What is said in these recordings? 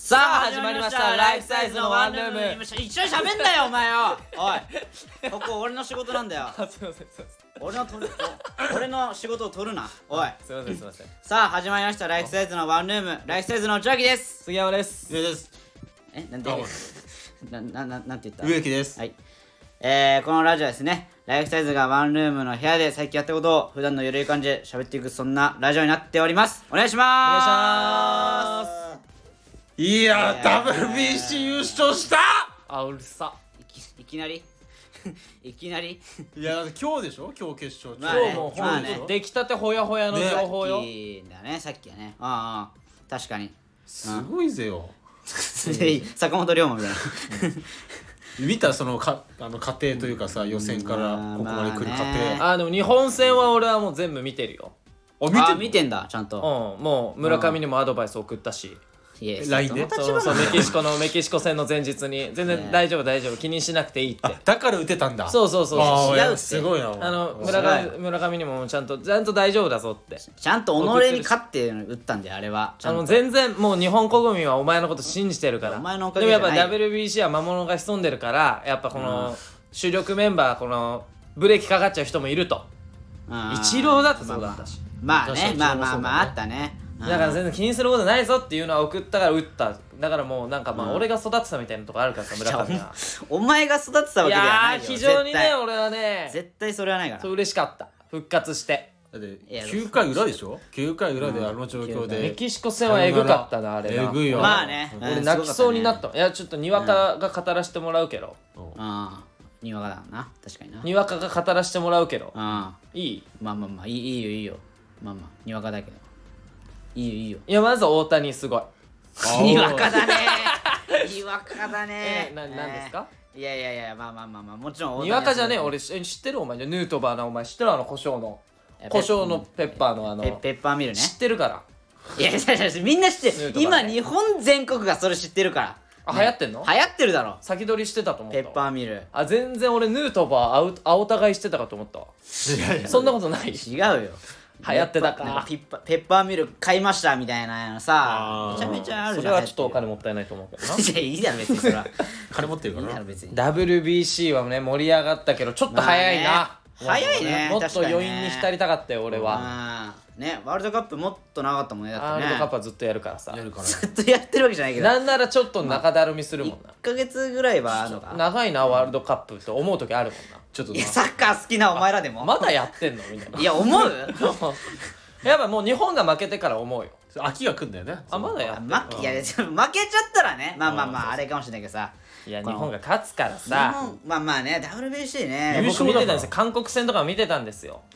さあ始まりましたライフサイズのワンルーム。 一緒に喋んなよお前よ。おい、ここ俺の仕事なんだよ。 すいませんすいません俺の仕事を取るな。おい、 すいませんすいません。 さあ始まりましたライフサイズのワンルーム。ライフサイズの内脇です。 杉山です。 上です。 なんてなんて言った？ 植木です。 はい。このラジオはですね、ライフサイズがワンルームの部屋で最近やったことを普段のゆるい感じで喋っていく、そんなラジオになっております。お願いしまーす。 いやー、WBC 優勝した。 あ、うるさ。 いきなりいきなりいや、今日でしょ、今日決勝。 まあね今日もまあね出来たてほやほやの情報よ。 さっきはね。ああ、確かに。 すごいぜよ。 坂本龍馬みたいな。 見たその過程というかさ、予選からここまで来る過程。 あ、でも日本戦は俺はもう全部見てるよ。 見てんだちゃんと。 もう村上にもアドバイス送ったし。 LINE でそうメキシコ戦の前日に全然大丈夫気にしなくていいって。 だから打てたんだ。 そう違うって。 すごいな。 村上にもちゃんと大丈夫だぞって。 ちゃんと己に勝って打ったんだよあれは。 全然もう日本国民はお前のこと信じてるから。 お前のおかげじゃない。 でもやっぱ WBC は魔物が潜んでるから、やっぱこの主力メンバーこのブレーキかかっちゃう人もいると。イチローだってそうだったし。 まあね、まああったね。 だから全然気にすることないぞっていうのは送ったから打った。だからもうなんかまあ俺が育てたみたいなとこあるからさ、村上は。 お前が育てたわけではないよ。 非常にね、俺はね絶対それはないから。 そう嬉しかった。復活してだって9回裏でしょ。9回裏であの状況でメキシコ戦はエグかったな、あれな。 エグいよ。 まあね、 俺泣きそうになった。いやちょっとにわかが語らせてもらうけど。 にわかだな、確かにな。 にわかが語らせてもらうけど。いい？ まあいいよ。まあにわかだけどいいよ。 いやまず大谷すごい。 にわかだね。にわかだね。 なんですか？ いやまあもちろん大谷。 にわかじゃねえ。俺知ってるお前。ヌートバーのお前知ってる？胡椒のペッパーのペッパーミルね。 知ってるから。 いやみんな知ってる。今日本全国がそれ知ってるから。 流行ってんの？ 流行ってるだろ。 先取りしてたと思った。 ペッパーミル。 全然俺ヌートバー青た買いしてたかと思ったわ。そんなことない。 違うよ。 流行ってたか。 ペッパーミル買いましたみたいなのさ、めちゃめちゃあるじゃん。 それはちょっとお金もったいないと思うけどな。 いやいいだろ別にそれは。 金持ってるからな。 いいだろ別に。 WBC はね盛り上がったけどちょっと早いな。 早いね。 もっと余韻に浸りたかったよ俺は。 ね、ワールドカップもっと長かったもんね。だってね、 ワールドカップはずっとやるからさ。 ずっとやってるわけじゃないけど、 なんならちょっと中だるみするもんな。 1ヶ月ぐらいはあるのか。 長いなワールドカップって思う時あるもんな。 ちょっといやサッカー好きなお前らでもまだやってんのみたいな。 いや思う。 やっぱもう日本が負けてから思うよ。 秋が来んだよね。 いやまだやってん負けちゃったらね、まああれかもしれないけどさ。 いや日本が勝つからさ。 まあね WBC ね。 僕見てたんですよ。韓国戦とか見てたんですよ。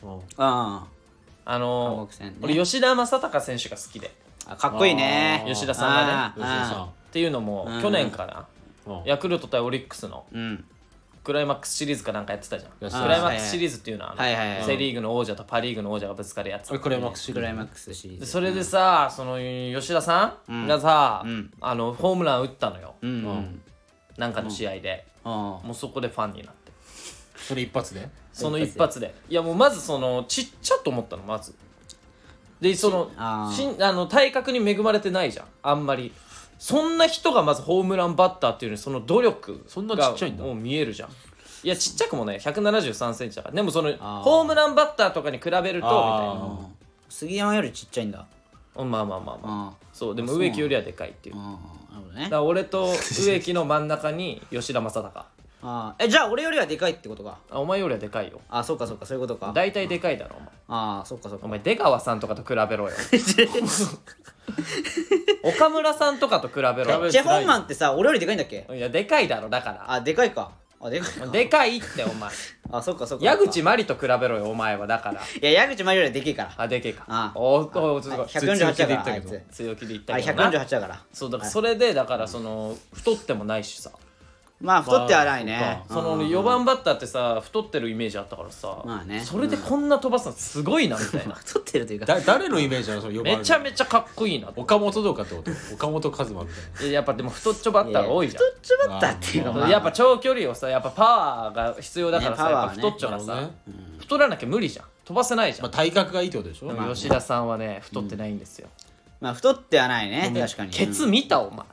俺吉田正尚選手が好きで。 かっこいいね吉田さんがね。っていうのも去年からヤクルト対オリックスのクライマックスシリーズかなんかやってたじゃん。クライマックスシリーズっていうのはセリーグの王者とパリーグの王者がぶつかるやつ。 クライマックスシリーズ。 それでさ、その吉田さんがさホームラン打ったのよ、なんかの試合で。もうそこでファンになって。 それ一発で。 その一発で。いやもうまずそのちっちゃと思ったのまず。でその体格に恵まれてないじゃんあんまり。そんな人がまずホームランバッターっていうのにその努力そんなちっちゃいんだ。 もう見えるじゃん。いやちっちゃくもね173センチだから。でもそのホームランバッターとかに比べるとみたいな。 杉山よりちっちゃいんだ。 まあそうでも植木よりはでかいっていう。 なるほどね。 だから俺と植木の真ん中に吉田正尚。 じゃあ俺よりはでかいってことか。 お前よりはでかいよ。 そうかそういうことか。 大体でかいだろお前。 そうかお前出川さんとかと比べろよ。岡村さんとかと比べろよ。 チェホンマンってさ俺よりでかいんだっけ。 いやでかいだろだから。 でかいか。 でかいってお前。 そうか矢口真理と比べろよお前はだから。 いや矢口真理よりでけえから。 でけえか。 148だから。 強気で言ったけどな。 148だから。 そうだからそれでだからその太ってもないしさ。 まあ太ってはないね。 その4番バッターってさ太ってるイメージあったからさ。 まあね。 それでこんな飛ばすのすごいなみたいな。 太ってるというか。 誰のイメージなのその4番。 めちゃめちゃかっこいいな。 岡本どうかってこと？岡本和真みたいな。 やっぱでも太っちょバッターが多いじゃん。 太っちょバッターっていうかやっぱ長距離をさやっぱパワーが必要だからさやっぱ太っちょがさ太らなきゃ無理じゃん。飛ばせないじゃん。 体格がいいってことでしょ。 吉田さんはね太ってないんですよ。 まあ太ってはないね確かに。 ケツ見たお前。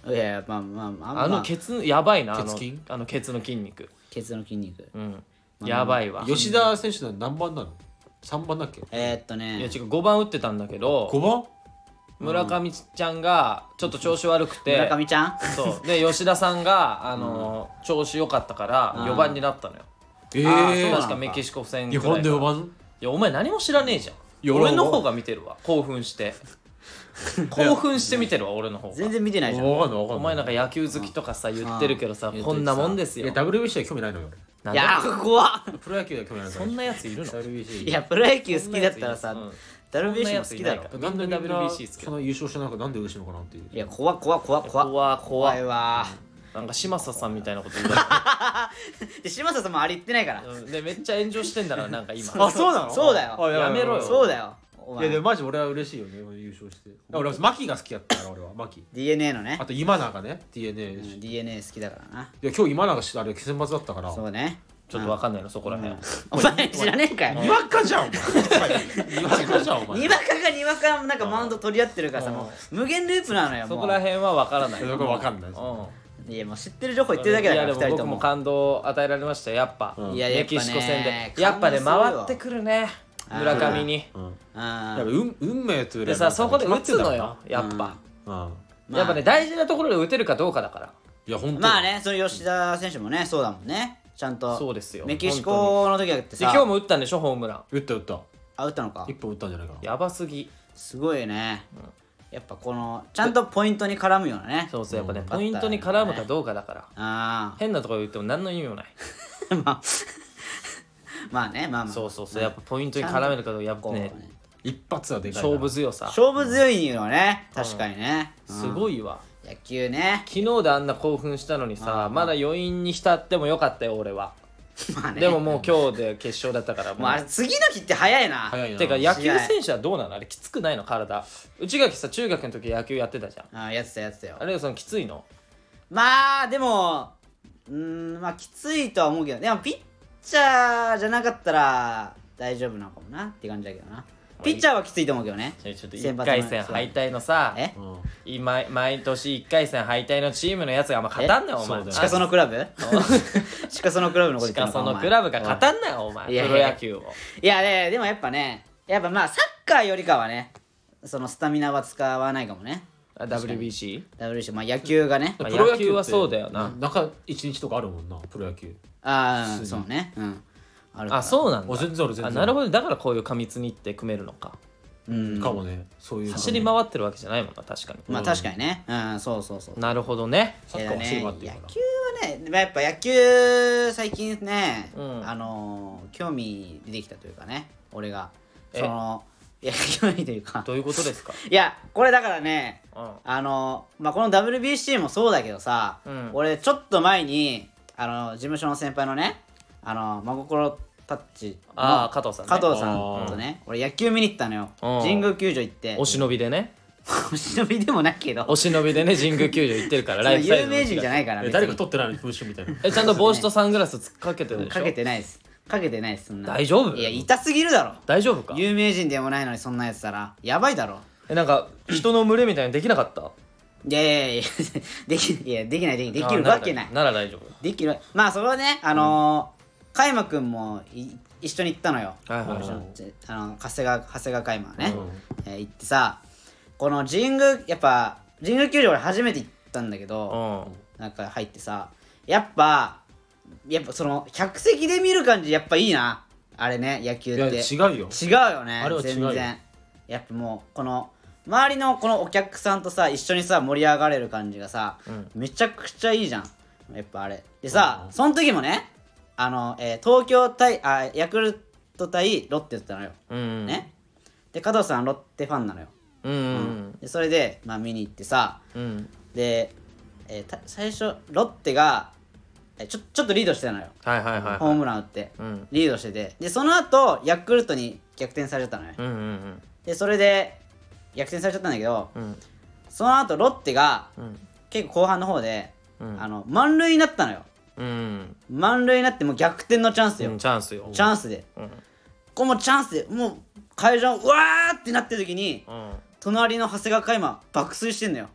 いやいやまあまあまああのケツやばいな、 ケツ筋あのケツの筋肉。 ケツの筋肉やばいわ。 吉田選手の何番なの？3番だっけ？ いや違う、 ね 5番打ってたんだけど、 5番？ 村上ちゃんがちょっと調子悪くて、 村上ちゃんそうで吉田さんが調子良かったから4番になったのよ。確かメキシコ戦日ぐらいから。 本で4番？ いやお前何も知らねえじゃん。 いや俺の方が見てるわ、興奮して興奮して見てるわ俺の方が。 全然見てないじゃん。 分かんない分かんない。 お前なんか野球好きとかさ言ってるけどさ、こんなもんですよ。 いや WBC は興味ないのよなんでいや怖っ。 プロ野球では興味ないから。 そんなやついるの？ WBC いやプロ野球好きだったらさうんダルビッシュも好きだろ。 なんでみんな WBC 好きその優勝してなんかなんで嬉しいのかなっていう。 いや怖っ怖いいわ。 なんか嶋佐さんみたいなこと言うかで嶋佐さんもあれ言ってないから。 らでめっちゃ炎上してんだからなんか今あそうなの？ そうだよあやめろよそうだよ。お前いやでもマジ俺は嬉しいよね優勝して。俺は牧が好きやったから俺は牧。 DNA のねあと今永ね DNA。 DNA 好きだからな。 いや今日今永あれ選抜だったから。 そうね。 ちょっとわかんないのそこらへん。 お前知らねえかよ。 にわかじゃんお前。にわかじゃんお前。 にわかがにわかなんかマウンド取り合ってるからさもう無限ループなのよ。 そこらへんはわからない。 そこわかんない。 いやもう知ってる情報言ってるだけだからいやでも二人とも。 僕も感動を与えられましたよやっぱ。 いやメキシコ戦でやっぱねやっぱね回ってくるね村上に。 あやっぱ運命というよりはでさそこで打つのよやっぱ。やっぱね大事なところで打てるかどうかだから。 いや本当。 まあねその吉田選手もねそうだもんね。ちゃんとそうですよメキシコの時だってでさ今日も打ったんでしょホームラン。 打った打ったのか。 一本打ったんじゃないかな。 やばすぎ。 すごいね。やっぱこのちゃんとポイントに絡むようなね。 そうそうやっぱねポイントに絡むかどうかだから。 あ変なところ言っても何の意味もない。 あまあねまあそうそうやっぱポイントに絡めるかどうかやっぱね一発はでかい。 勝負強さ勝負強いよね確かにね。 すごいわ。 野球ね。 昨日であんな興奮したのにさまだ余韻に浸ってもよかったよ俺は。 まあねでももう今日で決勝だったからもうあれ次の日って早いな。 早いな。 てか野球選手はどうなのあれきつくないの体。内垣さ中学の時野球やってたじゃん。 あやってたよ。 あれはそのきついの？ まあでもまあきついとは思うけどでもピッチャーじゃなかったら大丈夫なのかもなって感じだけどな。ピッチャーはきついと思うけどね。 ちょっと1回戦敗退のさ毎年1回戦敗退のチームのやつがあんま勝たんなよお前。 しかそのクラブしかそのクラブのことしか言ってんのかそのクラブが勝たんなよお前いやプロ野球を。 いやねでもやっぱねやっぱまあサッカーよりかはねそのスタミナは使わないかもね。 WBC？ WBC まあ野球がねまあプロ野球はそうだよな。 中1日とかあるもんなプロ野球。 ああそうねあるからあそうなんだ。 全然ある全然ある。 なるほどだからこういう過密日程組めるのか。 かもねそういう。 走り回ってるわけじゃないもんな確かに。 まあ確かにねそうなるほどね。 サッカーは走り回ってる野から。 球はねやっぱ野球最近ねうん興味出てきたというかね俺がえそのいや興味というかどういうことですか？ いやこれだからねうんまあこの WBC もそうだけどさ俺ちょっと前に事務所の先輩のね真心タッチの加藤さんね。 加藤さんとね俺野球見に行ったのよ神宮球場行ってお忍びでね。 お忍びでもないけどお忍びでね神宮球場行ってるからライフサイズ有の名人じゃないから別に誰か撮ってないのに風習みたいな。 ちゃんと帽子とサングラスかけてるでしょ？ かけてないですそんな大丈夫？ いや痛すぎるだろ大丈夫か？ 有名人でもないのにそんなやつたらやばいだろ。 なんか人の群れみたいにできなかった？ いやできないできるわけないなら大丈夫。 できるまあそれはね開馬くんも一緒に行ったのよ。長谷川開馬ね行ってさこの神宮球場俺初めて行ったんだけどなんか入ってさやっぱその客席で見る感じやっぱいいなあれね野球って。 いや違うよねあれは違うよ全然やっぱもうこの周りのこのお客さんとさ一緒にさ盛り上がれる感じがさめちゃくちゃいいじゃんやっぱあれでさその時もね東京対ヤクルト対ロッテだったのよねで加藤さんロッテファンなのよでそれでまあ見に行ってさで最初ロッテがちょっとリードしてたのよホームラン打ってリードしててでその後ヤクルトに逆転されちゃったのよでそれで逆転されちゃったんだけどその後ロッテが結構後半の方で満塁になったのよ満塁になってもう逆転のチャンスよチャンスよ。 チャンスでこれもチャンスでもう会場うわーってなってる時に隣の長谷川開馬爆睡してんのよ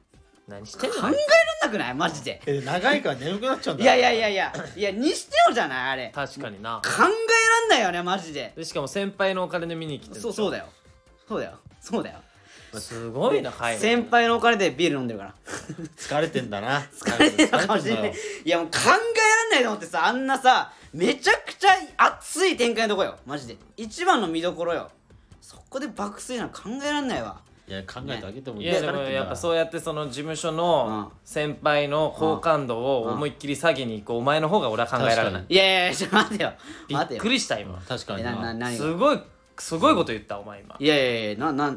何してんの考えらんなくないマジで。 長いから眠くなっちゃうんだ。 いやにしてよじゃないあれ。 確かにな。 考えらんないよねマジで。 でしかも先輩のお金で見に来てる。 そうだよすごいな海外。 先輩のお金でビール飲んでるから疲れてんだな。 疲れてるかもしれない。いやもう考えらんないと思ってさ、あんなさめちゃくちゃ熱い展開のとこよマジで。一番の見どころよ。そこで爆睡なんか考えらんないわ。 いや考えてあげてもいやでもやっぱそうやってその事務所の先輩の好感度を思いっきり下げに行くお前の方が俺は考えられない。 いやちょっと待てよびっくりした今。 確かに何すごいこと言ったお前今。 いや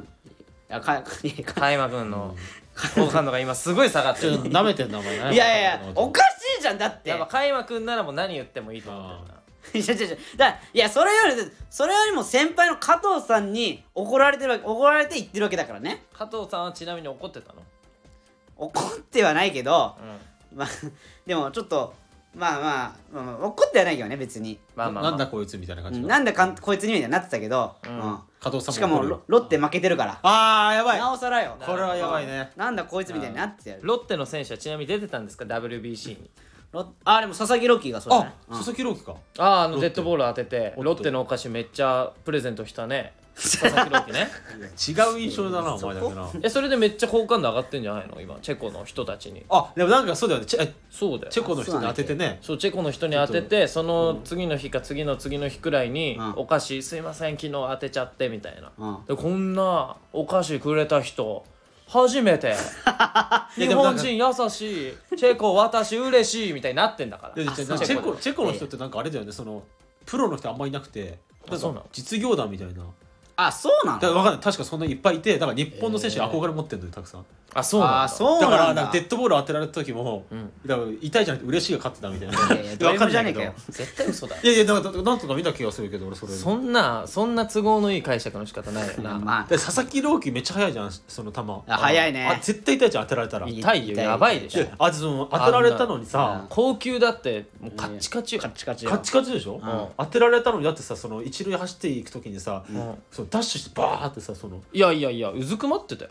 開幕君の好感度が今すごい下がってる。 舐めてんなお前ね。 いやおかしいじゃんだって。 やっぱ開幕君ならもう何言ってもいいと思うんだよな。 それよりも先輩の加藤さんに怒られて言ってるわけだからね。 加藤さんはちなみに怒ってたの？ 怒ってはないけど、まあでもちょっとまあ怒ってはないけどね別に。 なんだこいつみたいな感じ。 なんだこいつにみたいになってたけど、 加藤さんもしかもロッテ負けてるから。 あーやばい。 なおさらよ。 これはやばいね。 なんだこいつみたいになってやる。 ロッテの選手はちなみに出てたんですか WBC に？ でも佐々木朗希がそうじゃない？ 佐々木朗希か。 デッドボール当ててロッテのお菓子めっちゃプレゼントしたね佐々木朗希ね。 違う印象だなお前だけな。 それでめっちゃ好感度上がってんじゃないの今チェコの人たちに。 でもなんかそうだよね。 そうだよ。 チェコの人に当ててね。 そうチェコの人に当ててその次の日か次の次の日くらいにお菓子すいません昨日当てちゃってみたいな。でこんなお菓子くれた人初めて日本人優しいチェコ私嬉しいみたいになってんだから。 チェコの人ってなんかあれだよね、そのプロの人あんまいなくて、なんか実業団みたいな。 あ、そうなの？ だから分かんない、確かそんなにいっぱいいて、だから日本の選手に憧れ持ってんのよたくさん。 あ、そうなんだ。 だからなんかデッドボール当てられた時も、だから痛いじゃなくて嬉しいが勝ってたみたいな。 ド M じゃねえかよ。 絶対嘘だ。 いやだからなんとか見た気がするけど俺それ。 そんな都合のいい解釈の仕方ないよな。 佐々木朗希めっちゃ速いじゃんその球。 速いね。 絶対痛いじゃん当てられたら。 痛いよ、やばいでしょ。 当てられたのにさ、 高級だってもうカッチカチ。 カッチカチでしょ。当てられたのにだってさ、その一塁走っていく時にさ、ダッシュしてバーってさ、そのいやうずくまってたよ。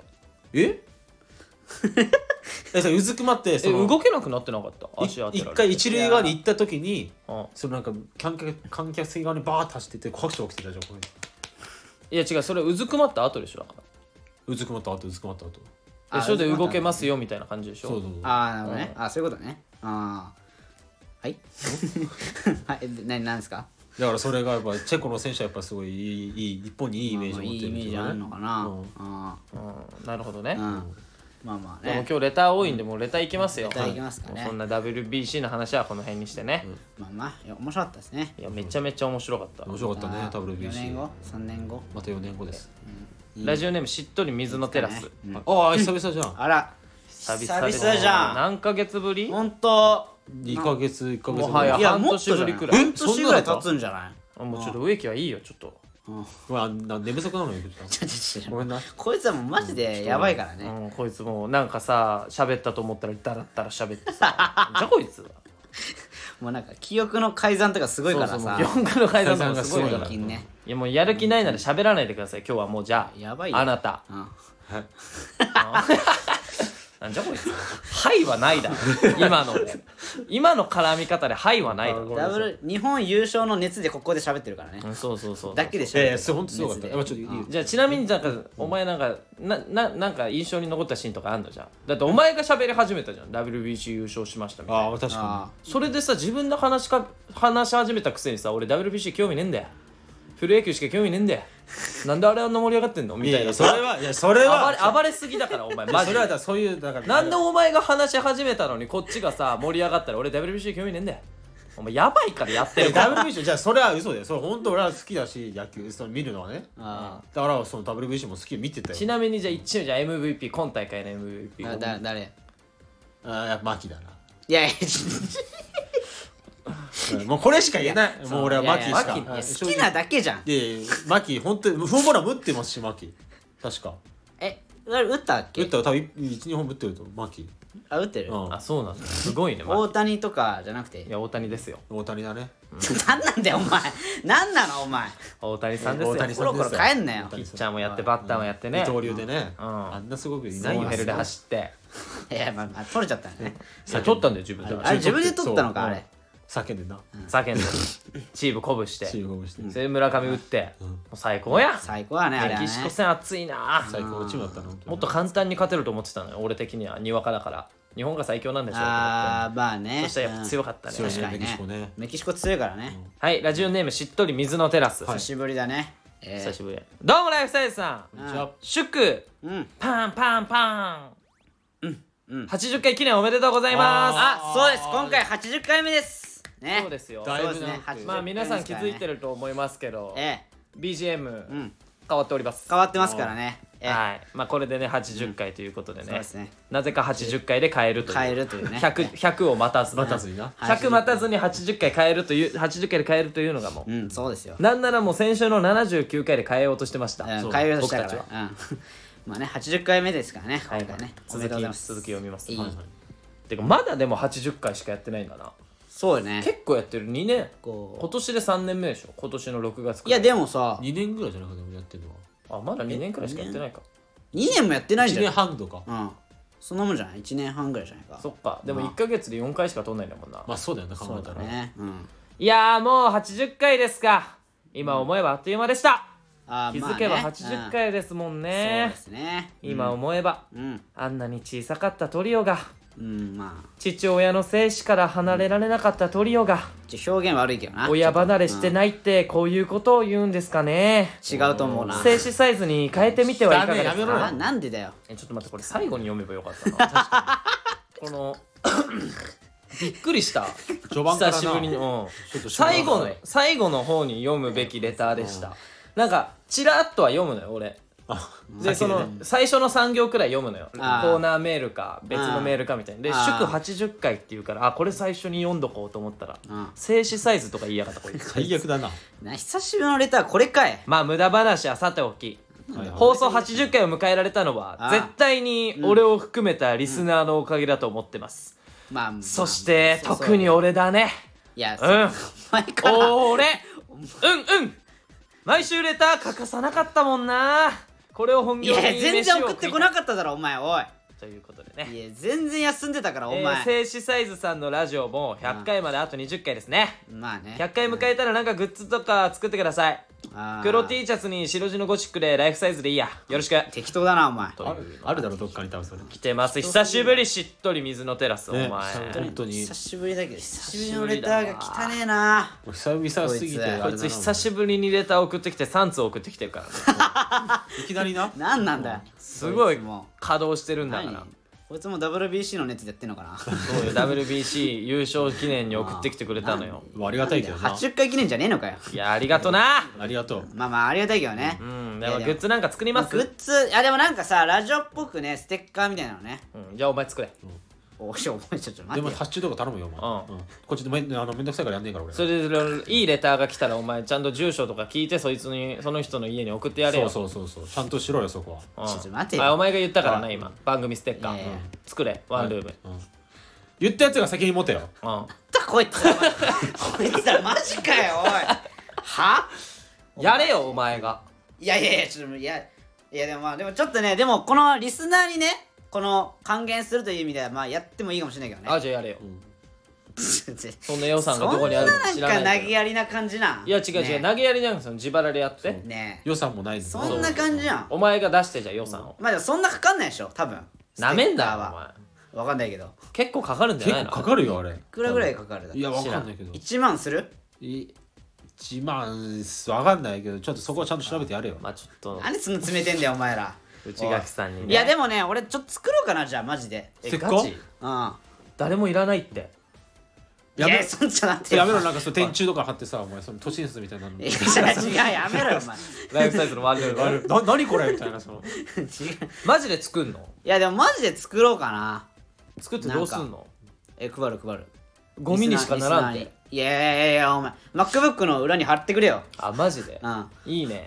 うずくまって動けなくなってなかった？足当てられて一回一塁側に行った時にそのなんか観客席側にバーって走ってて拍手起きてたじゃんこれ。 いや違う、それうずくまった後でしょ。だからうずくまった後でしょ。で動けますよみたいな感じでしょ。 そうああなるほどね。あ、そういうことね。はい何ですか？ だからそれがやっぱチェコの選手はやっぱすごいいい日本にいいイメージを持ってる。 いいイメージあるのかな。 なるほどね。 まあでもね。 今日レター多いんでもうレターいきますよ。 レターいきますかね。 そんな WBC の話はこの辺にしてね。 いや面白かったですね。 いやめちゃめちゃ面白かった。 面白かったね WBC。 4年後3年後また4年後です。 ラジオネームしっとり水のテラス。 ああ久々じゃん。 あら久 々じゃん。 何ヶ月ぶり？ ほんと 2ヶ月1ヶ月もはや半年ぶりくらい。 半年ぐらい経つんじゃない？ もうちょっと植木はいいよちょっと。 寝不足なのよ。ごめんな。 こいつはもうマジでやばいからね。 こいつもうなんかさ喋ったと思ったらダラッダラ喋ってさじゃこいつもうなんか記憶の改ざんとかすごいからさ。 記憶の改ざんとかすごいから。 いやもうやる気ないなら喋らないでください今日はもう。じゃあやばいよあなたなんじゃこいつはいはないだろ今の絡み方ではいはないだろ。 日本優勝の熱でここで喋ってるからね。 そうだけで喋ってる。 本当すごかった。 じゃあちなみになんかお前なんか印象に残ったシーンとかあんの？じゃんだってお前が喋り始めたじゃん WBC 優勝しましたみたいな。 ああ確かそれでさ自分で話し始めたくせにさ俺 WBC 興味ねえんだよプロ野球しか興味ねえんだよなんであれあんな盛り上がってんのみたいな。 それは暴れすぎだからお前マジで。 それはそういうだからなんでお前が話し始めたのにこっちがさ盛り上がったら俺 WBC 興味ねえんだよ。お前やばいからやってるから。 WBC じゃあそれは嘘だよ。それ本当俺は好きだし野球その見るのはね。だからその WBC も好きで見てたよ。 ちなみにじゃあ一応じゃあ MVP 今大会の MVP 誰？ やっぱ牧だな。 いやもうこれしか言えない。もう俺は牧しか。 好きなだけじゃん。 いや牧本当にフォームラン打ってますし牧確か。 打ったっけ？ 打ったら多分12本打ってるとマキ。 あ、打ってる、 うんあ、そうなんだ。すごいね。 大谷とかじゃなくていや、大谷ですよ。 大谷だね。 なんなんだよお前なんなのお前大谷さんですよ。 大谷さんコロコロ帰んなよピッチャーもやってバッターもやってね。 二刀流でね、 うんあんなすごくいスないよ。 モーヘルで走って。 いやまあ取れちゃったねいや取ったんだよ、自分で。 あれ自分で取ったのかあれ叫んでな。 叫んで、チーム鼓舞して。 チームをして。 それ村上打って。もう最高やん。 最高やねあれはねメキシコ戦熱いな。 最高のチームだったの。 もっと簡単に勝てると思ってたのよ、俺的には。にわかだから。日本が最強なんでしょうと思あって。 ーまあねそしたらやっぱ強かったね。 強い確かにメキシコねメキシコ強いからねはい、ラジオネームしっとり水のテラス。 久しぶりだね久しぶり。どうもライフサイズさん。 こんにちは。 祝うんパンパンパン。80回記念おめでとうございます。 あそうです今回80回目ですねそうですよ。 だいぶそうですねなんか 80 まあ皆さん気づいてると思いますけど、 え BGM ん変わっております。 変わってますからねはい。まあこれでね80回ということでねそうですね。 なぜか80回で変えるという。 変えるというね 100を待たず。 待たずにな。 100待たずに80回変えるという80回で変えるというのがもう。 うんそうですよなんならもう先週の79回で変えようとしてました。 変そうえようとしたか僕たちは。 らうんまあね80回目ですからねはい今回ねおめ続きでとうございます続き読みます。 いいはいはいてかまだでも80回しかやってないんだな。 そうよね結構やってる。2年。 こう今年で3年目でしょ。今年の6月くいやらい。 でもさ 2年ぐらいじゃなくてもやってるのは。 あ、まだ2年くらいしかやってないか。 2年もやってないん 1年じゃない半とか。 うんそんなもんじゃない1年半ぐらいじゃないかそっか。でも1ヶ月で4回しか撮んないんだもんな。 まあそうだよね、考そうえたら。 だねうんいやーもう80回ですか。今思えばあっという間でした。 あー気づけばまあね 80回ですもんそうねで。すね今思えば、 うんあんなに小さかったトリオが、 うんまあ父親の生死から離れられなかったトリオが、 表現悪いけどな親離れしていないってこういうことを言うんですかね。 違うと思うな静止サイズに変えてみてはいかがですダメやめろか。 なんでだよちょっと待って、これ最後に読めばよかったな。確かにこのびっくりした。 序盤からな久しぶりに、 ちょっと最後の方に読むべきレターでした。なんかちらっとは読むのよ俺。でその最初の3行くらい読むのよ。コあーーナーメールか別のメールかみたいな。であー祝80回っていうからこれ最初に読んどこうと思ったらうん静止サイズとか言いやがったこいつ。 最悪だな。 久しぶりのレターこれかいまあ無駄話はさておき。 はいはい放送80回を迎えられたのはあー絶対に俺を含めたリスナーのおかげだと思ってます。 まあそしてそう特に俺だね。 いやうんお前か俺うん毎週レター欠かさなかったもんな。これを本い業にや全然送ってこなかっただろお前おいということでね、 いや全然休んでたからお前静止サイズさんのラジオも100回まであと20回ですね。 まあね 100回迎えたらなんかグッズとか作ってください。 あー黒 T シャツに白地のゴシックでライフサイズでいいや。よろしく。 適当だなお前というあるだろ、どっかに多分それ。 来てます。久しぶりしっとり水のテラス、お前。 本当に久しぶりだけど久しぶりのレターが汚ねえな久々すぎてこいつこいつ久しぶりにレター送ってきて3通送ってきてるからね。 いきなりな。 なんなんだよすごいこつも稼働してるんだから何。こいつも WBC の熱でやってんのかなそうよ WBC 優勝記念に送ってきてくれたのよ。 ありがたいけどな。 80回記念じゃねえのかよいやありがとな。 ありがとう。 まあまあありがたいけどねうんでもグッズなんか作ります。 グッズいやでもなんかさラジオっぽくねステッカーみたいなのねうんじゃあお前作れ。 おしお前ちょっとで待ってよも発注とか頼むよ、お前。こっちでめんどくさいからやんねえから俺。 それでいいレターが来たらお前ちゃんと住所とか聞いてそいつにその人の家に送ってやれよ。 そうちゃんとしろよそこは。 うんちょっと待てよあお前が言ったからな今番組ステッカーいやいや作れワンルーム。 言ったやつが責任持てよ。 うんだこいつこいつらマジかよおいはやれよお前が。 いやちょっといやでもまあでもちょっとねでもこのリスナーにねこの還元するという意味ではまあやってもいいかもしれないけどねあじゃあやれよ。 そそんな予算がどこにあるのか知らそんななんかないけど。 投げやりな感じないや違う違う、 ね投げやりじゃなくてその自腹でやって。 ね予算もないんですそんな感じやんお前が出してじゃあ予算を。 まあでもそんなかかんないでしょ多分なめんだステッカーはよお前。 わかんないけど結構かかるんじゃないの。 結構かかるよあれ。 いくらぐらいかかるだいやわかんないけど。 1万する 1万わかんないけどちょっとそこはちゃんと調べてやれよ。 まあちょっと何そんな詰めてんだよお前ら内垣さんにね。 いやでもね俺ちょっと作ろうかなじゃあマジでステッカーガチうん誰もいらないって。 やめろいやそんじゃなくてやめろ、なんかその電柱とか貼ってさ、お前その都心室みたいなの。 いや違うやめろよお前ライフサイズのワンルーム。 何これみたいなその。 違うマジで作んの。 いやでもマジで作ろうかな作ってどうすんの。 配るゴミにしかならんで。 いやお前 MacBook の裏に貼ってくれよあマジでうんいいね。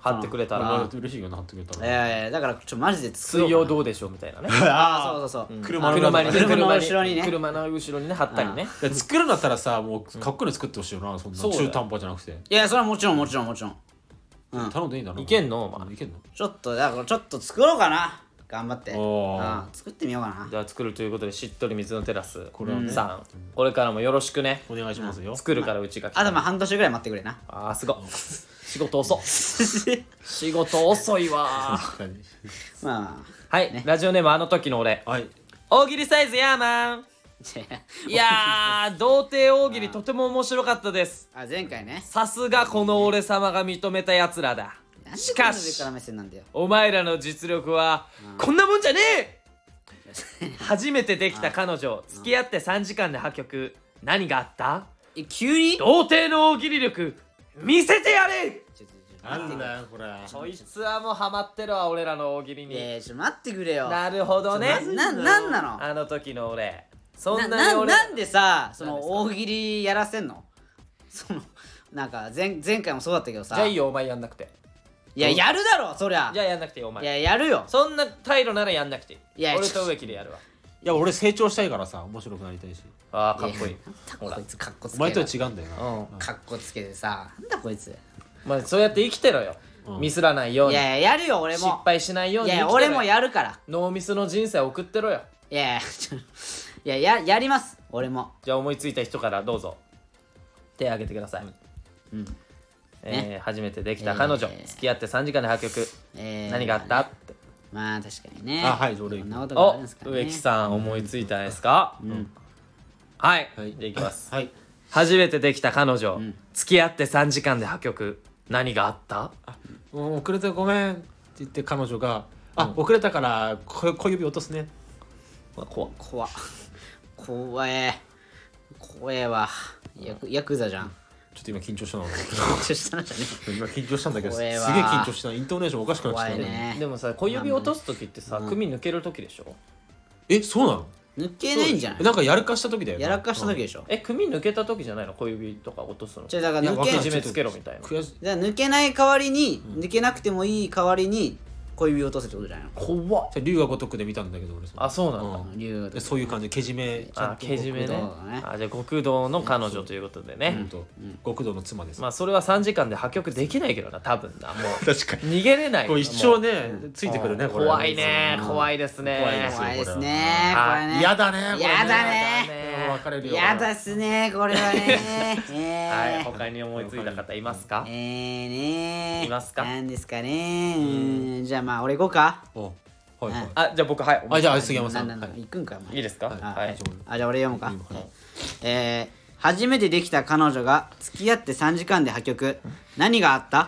貼ってくれたまらあ嬉しいよな貼ってくれたいらやいやだからマジで作ろ水うかな曜どうでしょうみたいなねああそうそうそう、 車の車にね車の後ろにね車の後ろにね貼ったりねいや作るんだったらさもうかっこいいの作ってほしいよなそんなそうだよ中途半端じゃなくていやそれはもちろんもちろん頼んでいいんだろいけんのお前いけんのちょっとだからちょっと作ろうかな頑張っておー作ってみようかなじゃあ作るということでしっとり水のテラスこれはねさんこれからもよろしくねお願いしますよ作るからうちがあとまあ半年ぐらい待ってくれなあーすごい仕事遅っ仕事遅いわ確かにまはいラジオネームあの時の俺はい大喜利サイズヤーマンいやー童貞大喜利とても面白かったですあ前回ねさすがこの俺様が認めたやつらだなんでしかこんな上からし目線なんだよお前らの実力はこんなもんじゃねえ初めてできた彼女付き合って3時間で破局何があった急に童貞の大喜利力見せてやれなんだよこれこいつはもうハマってるわ俺らの大喜利にちょっと待ってくれよなるほどねなんなのあの時の俺そんなに俺なんでさその何ですか大喜利やらせんのそのなんか前回もそうだったけどさじゃあいいよお前やんなくていややるだろそりゃじゃあやんなくていいお前いややるよそんな態度ならやんなくていいいや俺と植木でやるわいや俺成長したいからさ面白くなりたいしあーかっこいいほらこいつかっこつけお前とはて違うんだよなうんかっこつけてさなんだこいつまあそうやって生きてろよミスらないようにいやいややるよ俺失も敗しないよういやに生きてろよ俺もやるからノーミスの人生送ってろよいやいやちょいやります俺もじゃあ思いついた人からどうぞ手挙げてくださいうん初めてできた彼女付き合って3時間で破局何があったってまあ確かにねあはいじゃあ俺そんなことがあるおんですかね植木さん思いついたですかはいはいじゃあいきますはい初めてできた彼女付き合って3時間で破局何があったもう遅れてごめんって言って彼女が遅れたから小指落とすね怖っ怖えわヤクザじゃんちょっと今緊張したな緊張したのじゃね今緊張したんだけどすげえ怖えわ緊張したイントネーションおかしくなっちゃった怖いねでもさ小指落とす時ってさ首抜ける時でしょそうなの抜けないんじゃないなんかやらかした時だよなやらかした時でしょ首抜けた時じゃないの小指とか落とすのだから抜けけじめつけろみたいな悔しいだから抜けない代わりに抜けなくてもいい代わりに小指を落とせってことじゃないの怖っじゃあ龍が如くで見たんだけど俺あそうなんだ竜でそういう感じでけじめちゃんとけじめね極道だねじゃあ極道の彼女ということでね極道の妻ですまあそれは3時間で破局できないけどな多分なもう確かに逃げれないこう一生ねついてくるねこれ怖いね怖いですね怖いですよ怖いですねこれね嫌だねこれねやだね別れるよやだっすねこれはねはい他に思いついた方いますかねいますかなんですかねじゃあまあ俺行こうかおはいはいあじゃあ僕はいじゃあ杉山さんなん行くんかお前いいですかはいじゃあ俺読むか初めてできた彼女が付き合って3時間で破局何があった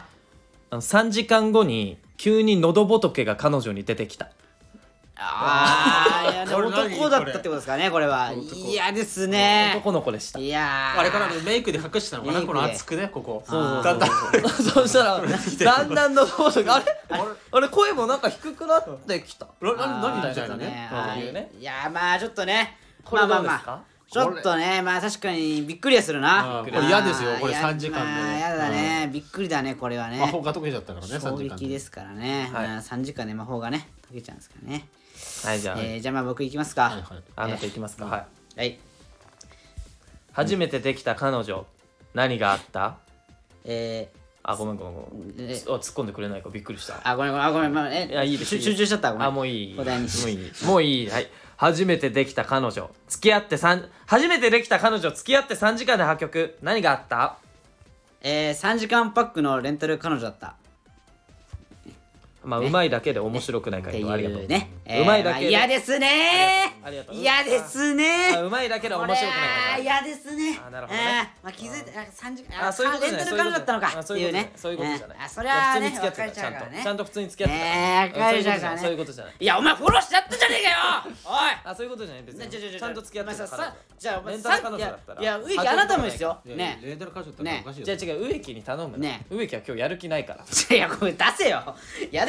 3時間後に急に喉仏が彼女に出てきたいやこれ何男だったってことですかねこれは嫌ですね男の子でしたいやあれからねメイクで隠してたのかなメイクでこの厚くねここそうだんだんそしたらだんだん喉仏があれ声もなんか低くなってきた何みたいなねねいやまあちょっとねこれどうですかちょっとねまあ確かにびっくりはするなこれ嫌ですよこれあー 3時間でやだねびっくりだねこれはね魔法が解けちゃったからね衝 3時間撃ですからねはい 3時間で魔法がね解けちゃうんですからねはいじゃあじゃあまあ僕いきますかはいはいあなたいきますかはいはい初めてできた彼女何があったあごめん突っ込んでくれないかびっくりしたごめんまあいやいいです集中しちゃったごめんもういいお題にもういいはい初めてできた彼女付き合って初めてできた彼女付き合って3時間で破局何があった 3時間パックのレンタル彼女だったまあうまいだけで面白くないって回答ありがといううねうまいだけで嫌ですねありがとう嫌ですねうまいだけで面白くない回答嫌ですねなるほどねまあ気づいて3時間そういうことじゃないレンタル彼女だったのかっていうねそういうことじゃないそれはね普通に付き合ってた別れちゃうからねちゃんと普通に付き合ってた別れちゃうからねそういうことじゃないいやお前フォローしちゃったじゃねえかよおいそういうことじゃない別にちゃんと付き合ってたお前彼女じゃあお前レンタル彼女だったらいや植木あなたもですよいやねレンタル彼女だったらおかしいよじゃあ違う植木に頼むね植木は今日やる気ないからいやこれ出せよやる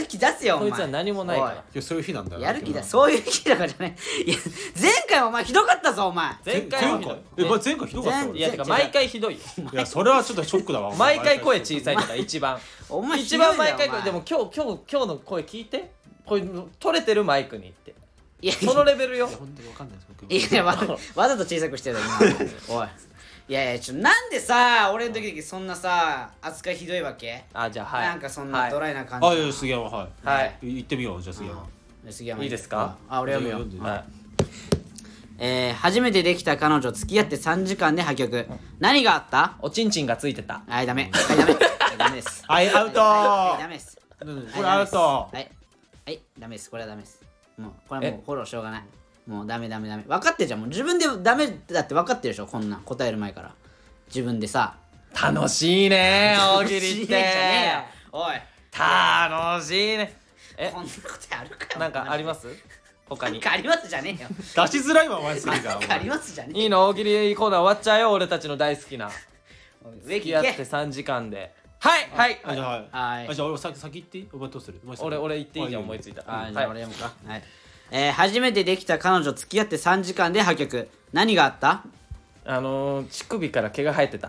る気出せよお前。 こいつは何もないから今日そういう日なんだよやる気だ、そういう日だからじゃない。いや前回お前ひどかったぞお前。 前回はひどい前回ひどかった俺いやてか毎回ひどいよいやそれはちょっとショックだわ毎回声小さいから一番お前一番毎回ひどいな声でも今日の声聞いてこれ取れてるマイクにっていやそのレベルよ本当にわかんないです僕いやわざと小さくしてるよ今おい。いやなんでさ俺の時々そんなさ扱いひどいわけ。 あじゃあはいなんかそんなドライな感じ。 あいや杉山はいはい行ってみようじゃあ杉山杉山いいですか。 あ俺読むよ。 読んではい初めてできた彼女付き合って3時間で破局。何があった？ おちんちんがついてたはいダメはいダメはいダメです。 はいアウトはいダメです。 これアウトはいはいダメです。これはダメです。もうこれはもうフォローしようがない。もうダメ分かってるじゃん。もう自分でダメだって分かってるでしょ。こんなん答える前から自分でさ楽しいね大喜利っ楽しいねてじゃねえよおい楽しいねこんなことあるかよ。 なんかあります他になんかありますじゃねえよ。 出しづらいわお前杉がなんかありますじゃねえよ。 いいの大喜利コーナー終わっちゃうよ俺たちの大好きな上付き合って行け。 3時間ではいはいあじゃあはいはいあじゃあ俺先行っていいお前どうする俺言っていいじゃん思いついたじゃあ俺読むか。はい初めてできた彼女付き合って3時間で破局。何があった？ 乳首から毛が生えてた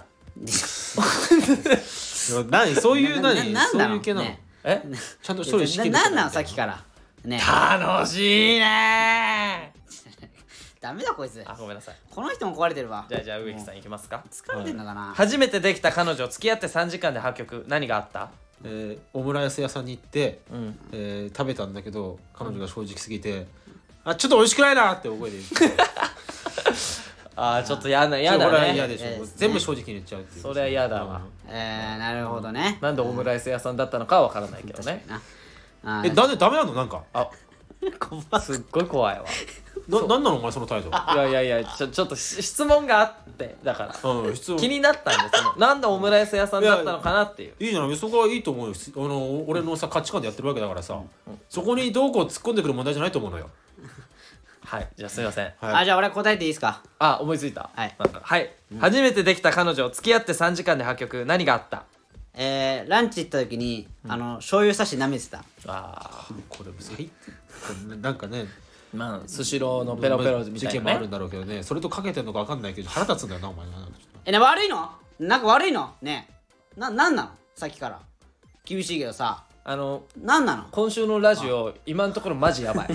何そういう何そうなんなのいう系なのねえちゃんと処理しきるなんなんさっきからね。 楽しいねダメだこいつ。 あごめんなさいこの人も壊れてるわ。 じゃあ植木さんいきますか疲れてんのかな。 初めてできた彼女付き合って3時間で破局何があったオムライス屋さんに行ってうん食べたんだけど彼女が正直すぎてあちょっと美味しくないなって大声で言ってあーちょっと嫌だこれはね嫌でしょ全部正直に言っちゃうっていうそれは嫌だわなるほどね。 なんでオムライス屋さんだったのかは分からないけどねななんでダメなのなんかあすっごい怖いわなんなのお前その態度いやちょっと質問があってだから質問気になったんですよなんでオムライス屋さんだったのかなっていういいじゃないそこはいいと思うよ俺のさ価値観でやってるわけだからさそこにどうこう突っ込んでくる問題じゃないと思うのよはいじゃあすいませんはいじゃあ俺答えていいですか。 あ思いついたはいなんかはい初めてできた彼女付き合って3時間で破局何があったランチ行った時に醤油差し舐めてた。 あこれ最なんかねまあスシローのペロペロみたいなね事件もあるんだろうけどねそれとかけてんのか分かんないけど腹立つんだよなお前ね悪いの？なんか悪いのねえ。なんなのさっきから厳しいけどさなんなの。 今週のラジオ今のところマジやばい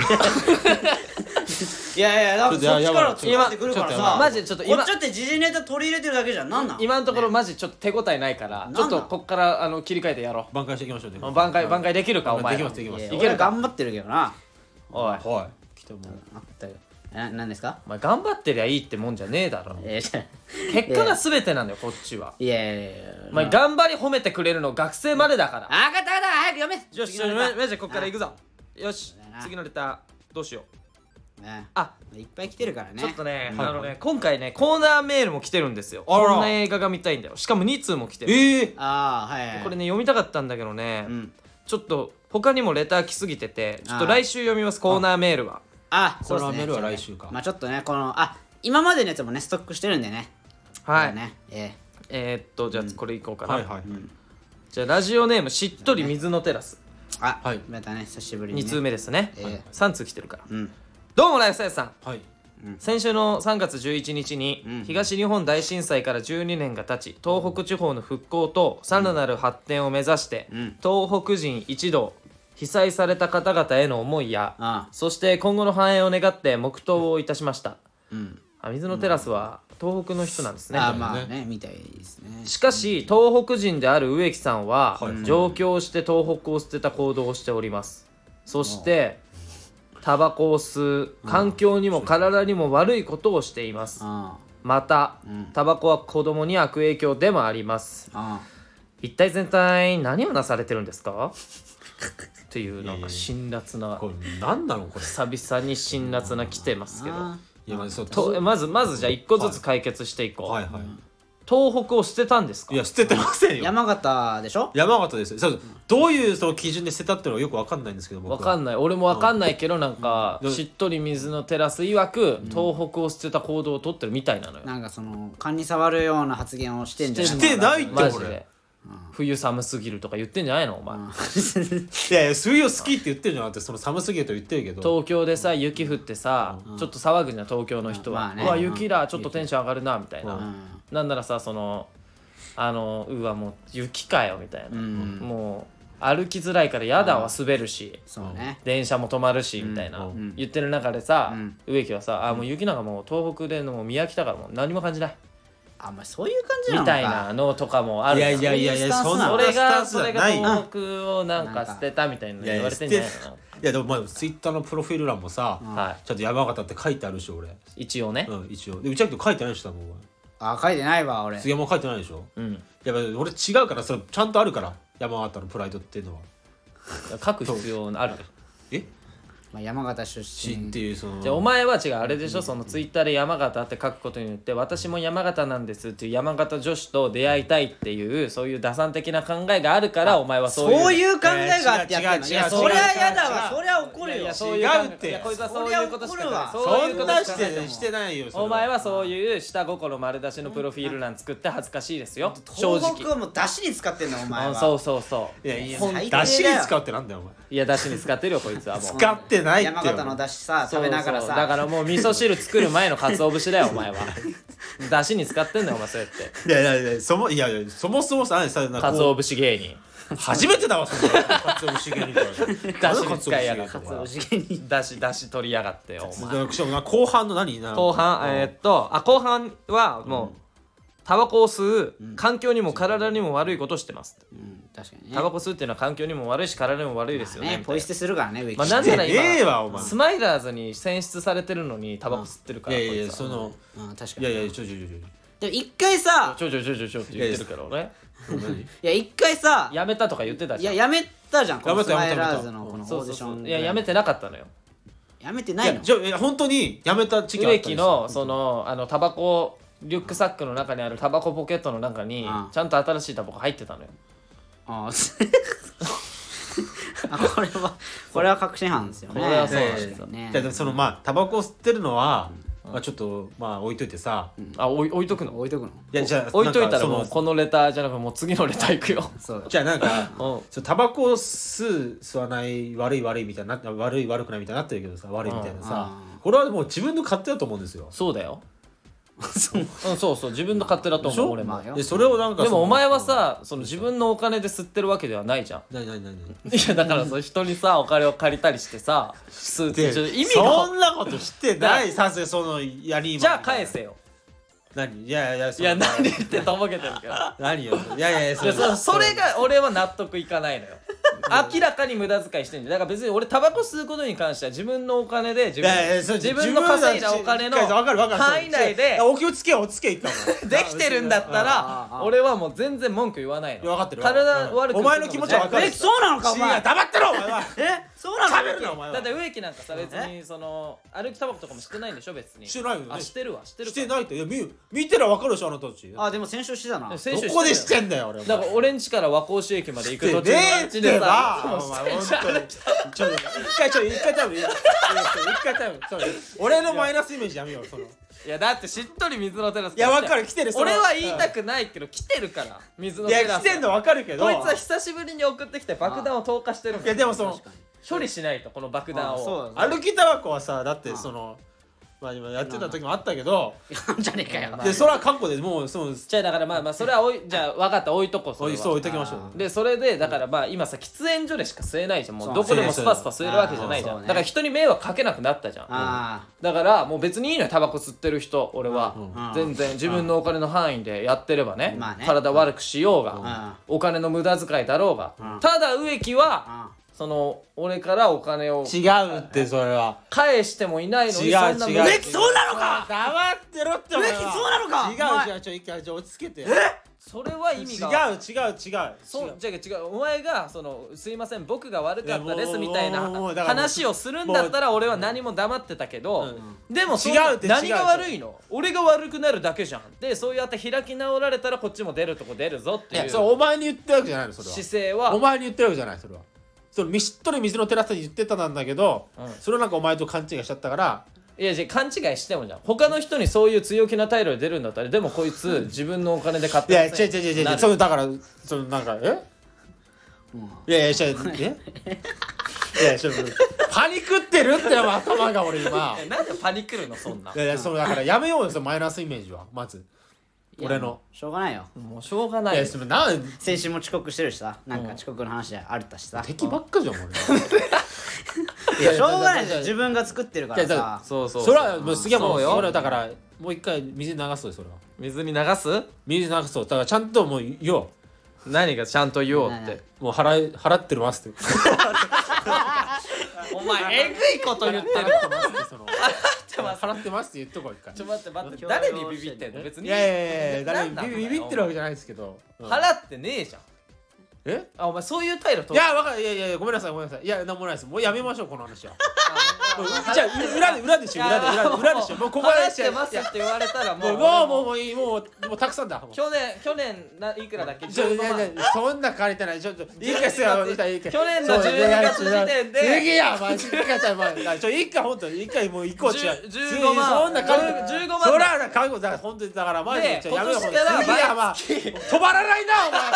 いやなんかそっちからちょっと突っ込んでくるからさ。 マジでちょっとこっちだって時事ネタ取り入れてるだけじゃん。なんなん今のところマジちょっと手応えないからんちょっとこっから切り替えてやろ挽回していきましょうねう挽回できるかお前できますできますいける頑張ってるけどな。 おいはい来たもうあったよ。なんですか？ お前頑張ってりゃいいってもんじゃねえだろ結果が全てなんだよこっちはいやお前頑張り褒めてくれるの学生までだからあかった早く読め。 よし次のネタマジでこっから行くぞよしそうだな次のレターどうしようねあいっぱい来てるからね。 ちょっとね、 はい今回ねコーナーメールも来てるんですよあらこんな映画が見たいんだよしかも2通も来てるはいこれね読みたかったんだけどね、 うんちょっと他にもレター来すぎててちょっと来週読みますコーナーメールはそうですね。 コーナーメールは来週かまあちょっとね今までのやつもねストックしてるんでね。 はい、 ねじゃあこれいこうかな、 はいはいじゃあラジオネームしっとり水のテラスはいまたね久しぶりに 2通目ですね、3通来てるからうんどうもライフサイズさんはい先週の3月11日に東日本大震災から12年が経ち東北地方の復興とさらなる発展を目指して東北人一同被災された方々への思いやそして今後の繁栄を願って黙祷をいたしました水のテラスは東北の人なんですねまあねみたいですね。 しかし東北人である植木さんは上京して東北を捨てた行動をしておりますそしてタバコを吸う環境にも体にも悪いことをしていますまたタバコは子供に悪影響でもあります一体全体何をなされてるんですかっていうなんか辛辣なこれ何なのこれ久々に辛辣な来てますけどいやまずじゃあ1個ずつ解決していこう、 はいはい東北を捨てたんですかいや捨ててませんよ山形でしょ。 山形ですそうどういうその基準で捨てたっていうのはよく分かんないんですけど僕はわかんない俺もわかんないけどなんかしっとり水のテラス曰く東北を捨てた行動をとってるみたいなのよなんかその勘に触るような発言をしてんじゃないしてないってマジで冬寒すぎるとか言ってんじゃないのお前、 いやいや冬好きって言ってるじゃん。だってその寒すぎると言ってるけど、 東京でさ雪降ってさ、ちょっと騒ぐじゃん東京の人は、 まあねうわ雪だちょっとテンション上がるなみたいな、 うんなんならさそのうわもう雪かよみたいな、もう歩きづらいからやだわ滑るし、 そうね電車も止まるしみたいな、言ってる中でさ、植木はさもう雪なんかもう東北でのもう宮城だからもう何も感じないあんまりそういう感じなのかみたいなのとかもあるいやいやいやいやそんなそれそんなスタがンスじゃない。 東北をなんか捨てたみたいな言われてんじゃないかな。 いやでもまあツイッターのプロフィール欄もさ、 はちゃんと山形って書いてあるし俺、 一応ね、 一応で内垣と書いてないしさ、もうあ書いてないわ俺杉山も書いてないでしょ。やっぱ俺違うからそれちゃんとあるから山形のプライドっていうのは。 書く必要ある。 えまあ、山形出身死っていうそのじゃあお前は違うあれでしょ、そのツイッターで山形って書くことによって私も山形なんですっていう山形女子と出会いたいっていうそういう打算的な考えがあるからお前はそういうそういう考えがあってやってんのいや違う違うそりゃやだ違うわそりゃ怒るよいやそういう違うっていやこいつはそういうことしかそりゃ怒るわそういうそんなことしかしてないよそれお前はそういう下心丸出しのプロフィール欄作って恥ずかしいですよ正直。 東北はもう出汁に使ってんのお前はそうそうそいやいや最低だよ出汁に使うってなんだよお前。 ういや出汁に使ってるよこいつはもう使ってないってよ山形の出汁さ食べながらさそうそうだからもう味噌汁作る前の鰹節だよお前は出汁に使ってんだよお前そうやっていやいやいやそもそもさなんか鰹節芸人初めてだわそんな鰹節芸人から出汁に使いやがって鰹節芸人出汁取りやがってよお前しかもな後半の何な後半後半はもうタバコを吸う環境にも体にも悪いことをしてますうん確かにねタバコ吸うっていうのは環境にも悪いし体にも悪いですよねみたいなねポイ捨てするからね植木まあなんならええわお今前スマイラーズに選出されてるのにタバコ吸ってるからいやいやいやこいつはそのうん確かにいやいやちょでも一回さちょって言ってるから俺何いや一回さやめたとか言ってたじゃんいややめたじゃんこのやめたスマイラーズのこのそうオーディションいややめてなかったのよやめてないのじゃあ本当にやめた時期あったん植木のそのタバコリュックサックの中にあるタバコポケットの中にちゃんと新しいタバコ入ってたのよああこれは確信犯ですよねこれはそうなんです確かにねじゃあそのまあタバコを吸ってるのはまあちょっとまあ置いといてさ置いとくの置いとくのいやじゃあ置いといたらなんかもうこのレターじゃなくもう次のレター行くよそうじゃあなんかうんタバコを吸わない悪いみたいな悪くないみたいになってるけどさ悪いみたいなさこれはもう自分の勝手だと思うんですよ。 そうだよそう自分の勝手だと思う俺もまあよでそれをなんかでもお前はさその自分のお金で吸ってるわけではないじゃん何いやだからその人にさお金を借りたりしてさ吸うってちょっと意味そがんなことしてないさすがそのやりじゃあ返せよ何いやいやいや何言ってとぼけてるけど何よいやいやいやそれが俺は納得いかないのよ明らかに無駄遣いしてんじゃんだから別に俺タバコ吸うことに関しては自分のお金で自分の稼いだお金の範囲内でお気をつけ言ったもんできてるんだったら俺はもう全然文句言わないの分かってる体悪くお前の気持ちは分かるそうなのかお前黙ってろお前はそうなの喋るなお前はだって植木なんかさ別にその歩きタバコとかもしてないんでしょ別にしてないよねあしてるわしてるしてないっていや見てりゃ分かるでしょあなたたちあでも先週してたな先週どこでしてんだよ俺だから俺ん家から和光市駅まで行く途中ねのえって道でさばお前本当に一回多分俺のマイナスイメージやめようそのいやだってしっとり水のテラスいや分かる来てるその俺は言いたくないけど来てるから水のいテラスや来てんの分かるけどこいつは久しぶりに送ってきて爆弾を投下してるんいやでもその処理しないとこの爆弾を歩きタバコはさだってそのまあ今やってた時もあったけどじゃねえかよでそれは過去でもうそのじゃあだからまあそれはじゃあ分かった置いとこうそれはそう置いときましょうでそれでだからまあ今さ喫煙所でしか吸えないじゃんもうどこでもスパスパ吸えるわけじゃないじゃんそうねだから人に迷惑かけなくなったじゃんあだからもう別にいいのよタバコ吸ってる人俺は全然自分のお金の範囲でやってればねまあね体悪くしようがお金の無駄遣いだろうがただ植木はその俺からお金を違うってそれは返してもいないのに違うそんな違う無駄植木そうなのか黙ってろってお前は植木そうなのか違う一回落ち着けてそれは意味が違うそう違うお前がそのすいません僕が悪かったですみたいなもうだから話をするんだったら俺は何も黙ってたけどでも違うって何が悪いの俺が悪くなるだけじゃんでそうやって開き直られたらこっちも出るとこ出るぞっていういやそれお前に言ってるわけじゃないのそれは姿勢はお前に言ってるわけじゃないそれはそのしっとり水のテラスに言ってたんだけどうんそれをなんかお前と勘違いしちゃったからいやじゃあ勘違いしてもじゃん他の人にそういう強気な態度で出るんだったらでもこいつ自分のお金で買っていや違う違う違うなるそうだからそのなんかいやいや違ういやちょっとパニクってるって頭が俺今なんでパニクるのそんないやそうだからやめようよそのマイナスイメージはまず俺のしょうがないよもうしょうがないよいやそれなん先週も遅刻してるしさなんか遅刻の話であるったしさ敵ばっかじゃん俺いやしょうがないじゃん自分が作ってるからいやさそうそうそれはもう杉山もそうよそれはだからもう一回水に流そうよそれは水に流す水に流そうだからちゃんともう言おう何がちゃんと言おうってもう払ってるますってお前えぐいこと言ってる払ってますって言っとこう一回ちょ待って誰にビビってんの別にいやいやいや誰なんなんだよビビってるわけじゃないですけど払ってねえじゃんえあお前そういう態度取いやわかるいやごめんなさいいやなんもないですもうやめましょうこの話はじゃあ裏でしようもうここ払ってますって言われたらもうたくさんだ去年いくらだっけいやそんな借りてないちょっといいかすよ去年の12月時点で次やまあ一回本当に一回もう行こう違う 15万そんな借りて 15万そらな覚悟だ本当にだからマジでやめよう今年から次やまあ止まらないなお前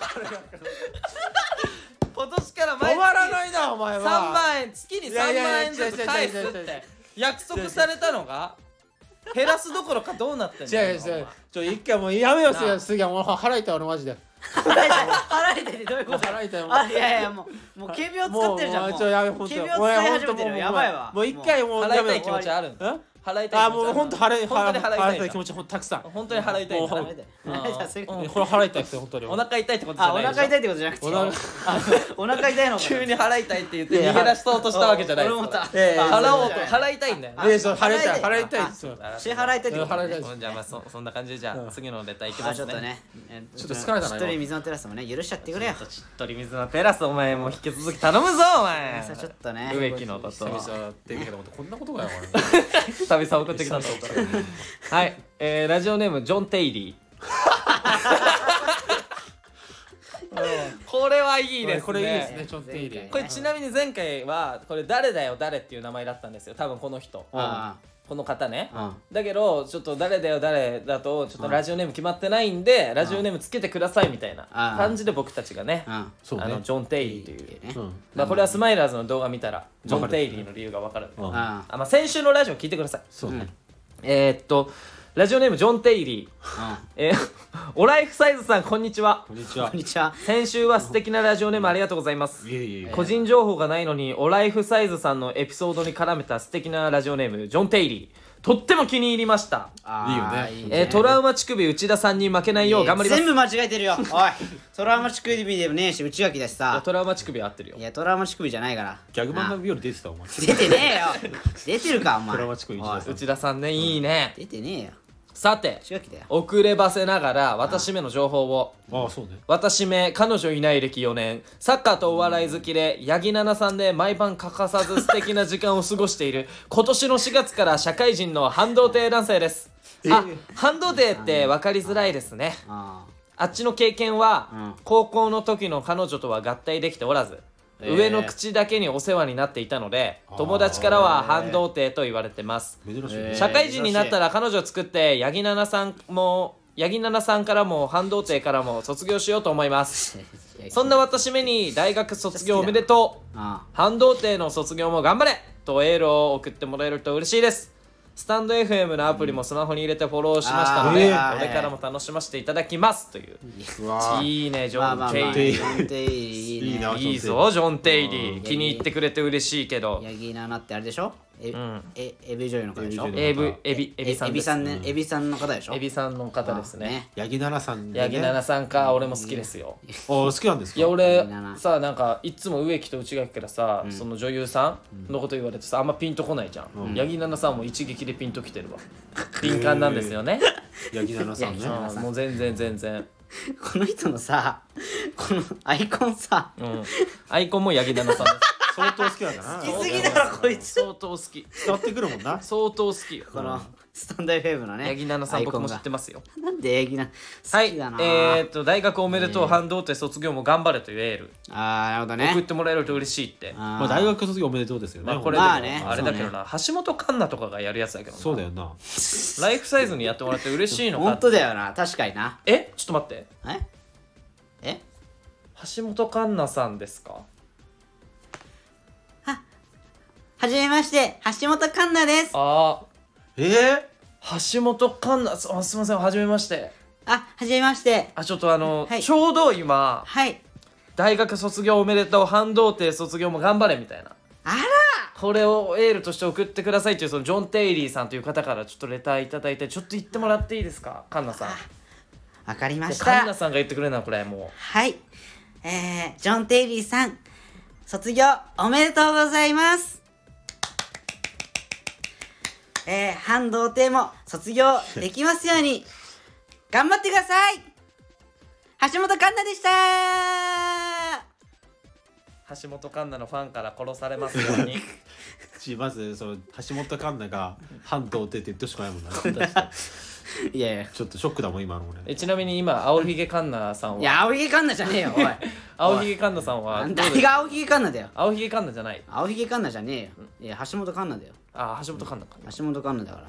今年から止まらないなお前は 3万円月に3万円ずつ返すって約束されたのが減らすどころかどうなってんの違う一回もうやめよう次はもう払いたい俺マジで払いたいってどういうこと払いたいあいやいやもう仮病作ってるじゃんもうやめほんと仮病使い始めてるよやばいわもう一回もう払いたい気持ちあるんだ払いたいあもう本当払いたい気気持ち持ちたくさん本当に払いたいんだもうこれ払いたいって本当にお腹痛いってことじゃあおないでしょ腹痛いってことじゃなくてお腹痛いのか急に払いたいって言って逃げ出そうとしたわけじゃない俺もた払いたいんだよそう払いたいそう支払いたいってこと払いたいじゃあまあそんな感じでじゃあ次のレターいきますねちょっとねちょっと疲れたな一人水のテラスもね許しちゃってくれよちょっと水のテラスお前もう引き続き頼むぞお前さちょっとね植木のこと久々って言うけどこんなことがよ久々送ってきたとはい、ラジオネームジョン・テイリーこれはいいですねこれいいですねちょっといいねこれちなみに前回はこれ誰だよ誰っていう名前だったんですよ多分この人この方ねだけどちょっと誰だよ誰だとちょっとラジオネーム決まってないんでラジオネームつけてくださいみたいな感じで僕たちがねジョン・テイリーというこれはスマイラーズの動画見たらジョン・テイリーの理由が分かるまあ先週のラジオ聞いてくださいそうねラジオネームジョン・テイリーオライフサイズさんこんにちはこんにちはこんにちは先週は素敵なラジオネームありがとうございます個人情報がないのにオライフサイズさんのエピソードに絡めた素敵なラジオネームジョン・テイリーとっても気に入りましたいいよねトラウマ乳首内田さんに負けないよう頑張ります全部間違えてるよおいトラウマ乳首でもねえし内垣だしさトラウマ乳首は合ってるよいやトラウマ乳首じゃないからギャグ漫画日和出てたお前出てねえよ出てるかお前トラウマ乳首内田さん内田さんねいいね出てねえよさて内垣だよ遅ればせながら私めの情報をああそうね私め彼女いない歴4年サッカーとお笑い好きで八木奈々さんで毎晩欠かさず素敵な時間を過ごしている今年の4月から社会人の半導体男性です半導体って分かりづらいですねあっちの経験は高校の時の彼女とは合体できておらず上の口だけにお世話になっていたので友達からは半導体と言われてます珍しいね社会人になったら彼女を作って八木奈々さんからも半導体からも卒業しようと思いますそんな私めに大学卒業おめでとう半導体の卒業も頑張れとエールを送ってもらえると嬉しいですスタンド FM のアプリもスマホに入れてフォローしましたのでこれからも楽しませていただきますといういいねジョン・テイリーいいぞジョン・テイリー気に入ってくれて嬉しいけど八木奈々ってあれでしょエビ女優の方でしょエビさんですエビさんの方でしょエビさんの方ですね八木奈々さん八木奈々さんか俺も好きですよ好きなんですかいや俺さなんかいつも植木と内垣からさその女優さんのこと言われてさあんまピンとこないじゃん八木奈々さんも一撃でピンときてるわ敏感なんですよね八木奈々さんねもう全然この人のさこのアイコンさアイコンも八木奈々さんです相当好きなんだな。 好きすぎだろこいつ。 相当好き。 伝わってくるもんな。 相当好きよ。 このスタンド FM のねヤギナナさん僕も知アイってますよ。 コンがなんでヤギナはい好きだな、 大学おめでとう、半導体卒業も頑張れというエールあーなるほどね送ってもらえると嬉しいって。 まあ大学卒業おめでとうですよね。 まあこれでもまあねあれだけどな、橋本環奈とかがやるやつだけどな。 そうだよな。 ライフサイズにやってもらって嬉しいのか。 本当だよな確かにな。 えちょっと待って、 え橋本環奈さんですか？ はじめまして橋本環奈です。 あえ橋本環奈さん、すいません、はじめまして。 はじめまして。 ちょっとはいちょうど今はい大学卒業おめでとう、半導体卒業も頑張れみたいな、 あらこれをエールとして送ってくださいっていう、そのジョン・テイリーさんという方からちょっとレターいただいて、ちょっと言ってもらっていいですか、環奈さん。 わかりまし環た。 奈さんが言ってくれるのはこれもはいジョン・テイリーさん卒業おめでとうございます。半導体も卒業できますように頑張ってください。橋本環奈でした。 う橋本環奈のファンから殺されますように。 まずその橋本環奈が半導体って言ってほしくないもんな。 いやいやちょっとショックだもん今の俺。 ちなみに今青ひげ環奈さんは、 いや青ひげ環奈じゃねえよおい。 青ひげ環奈さんは誰が青ひげ環奈だよ。 青ひげ環奈じゃない。 青ひげ環奈じゃねえよ。いや橋本環奈だよ。 橋本環奈か。 橋本環奈だから。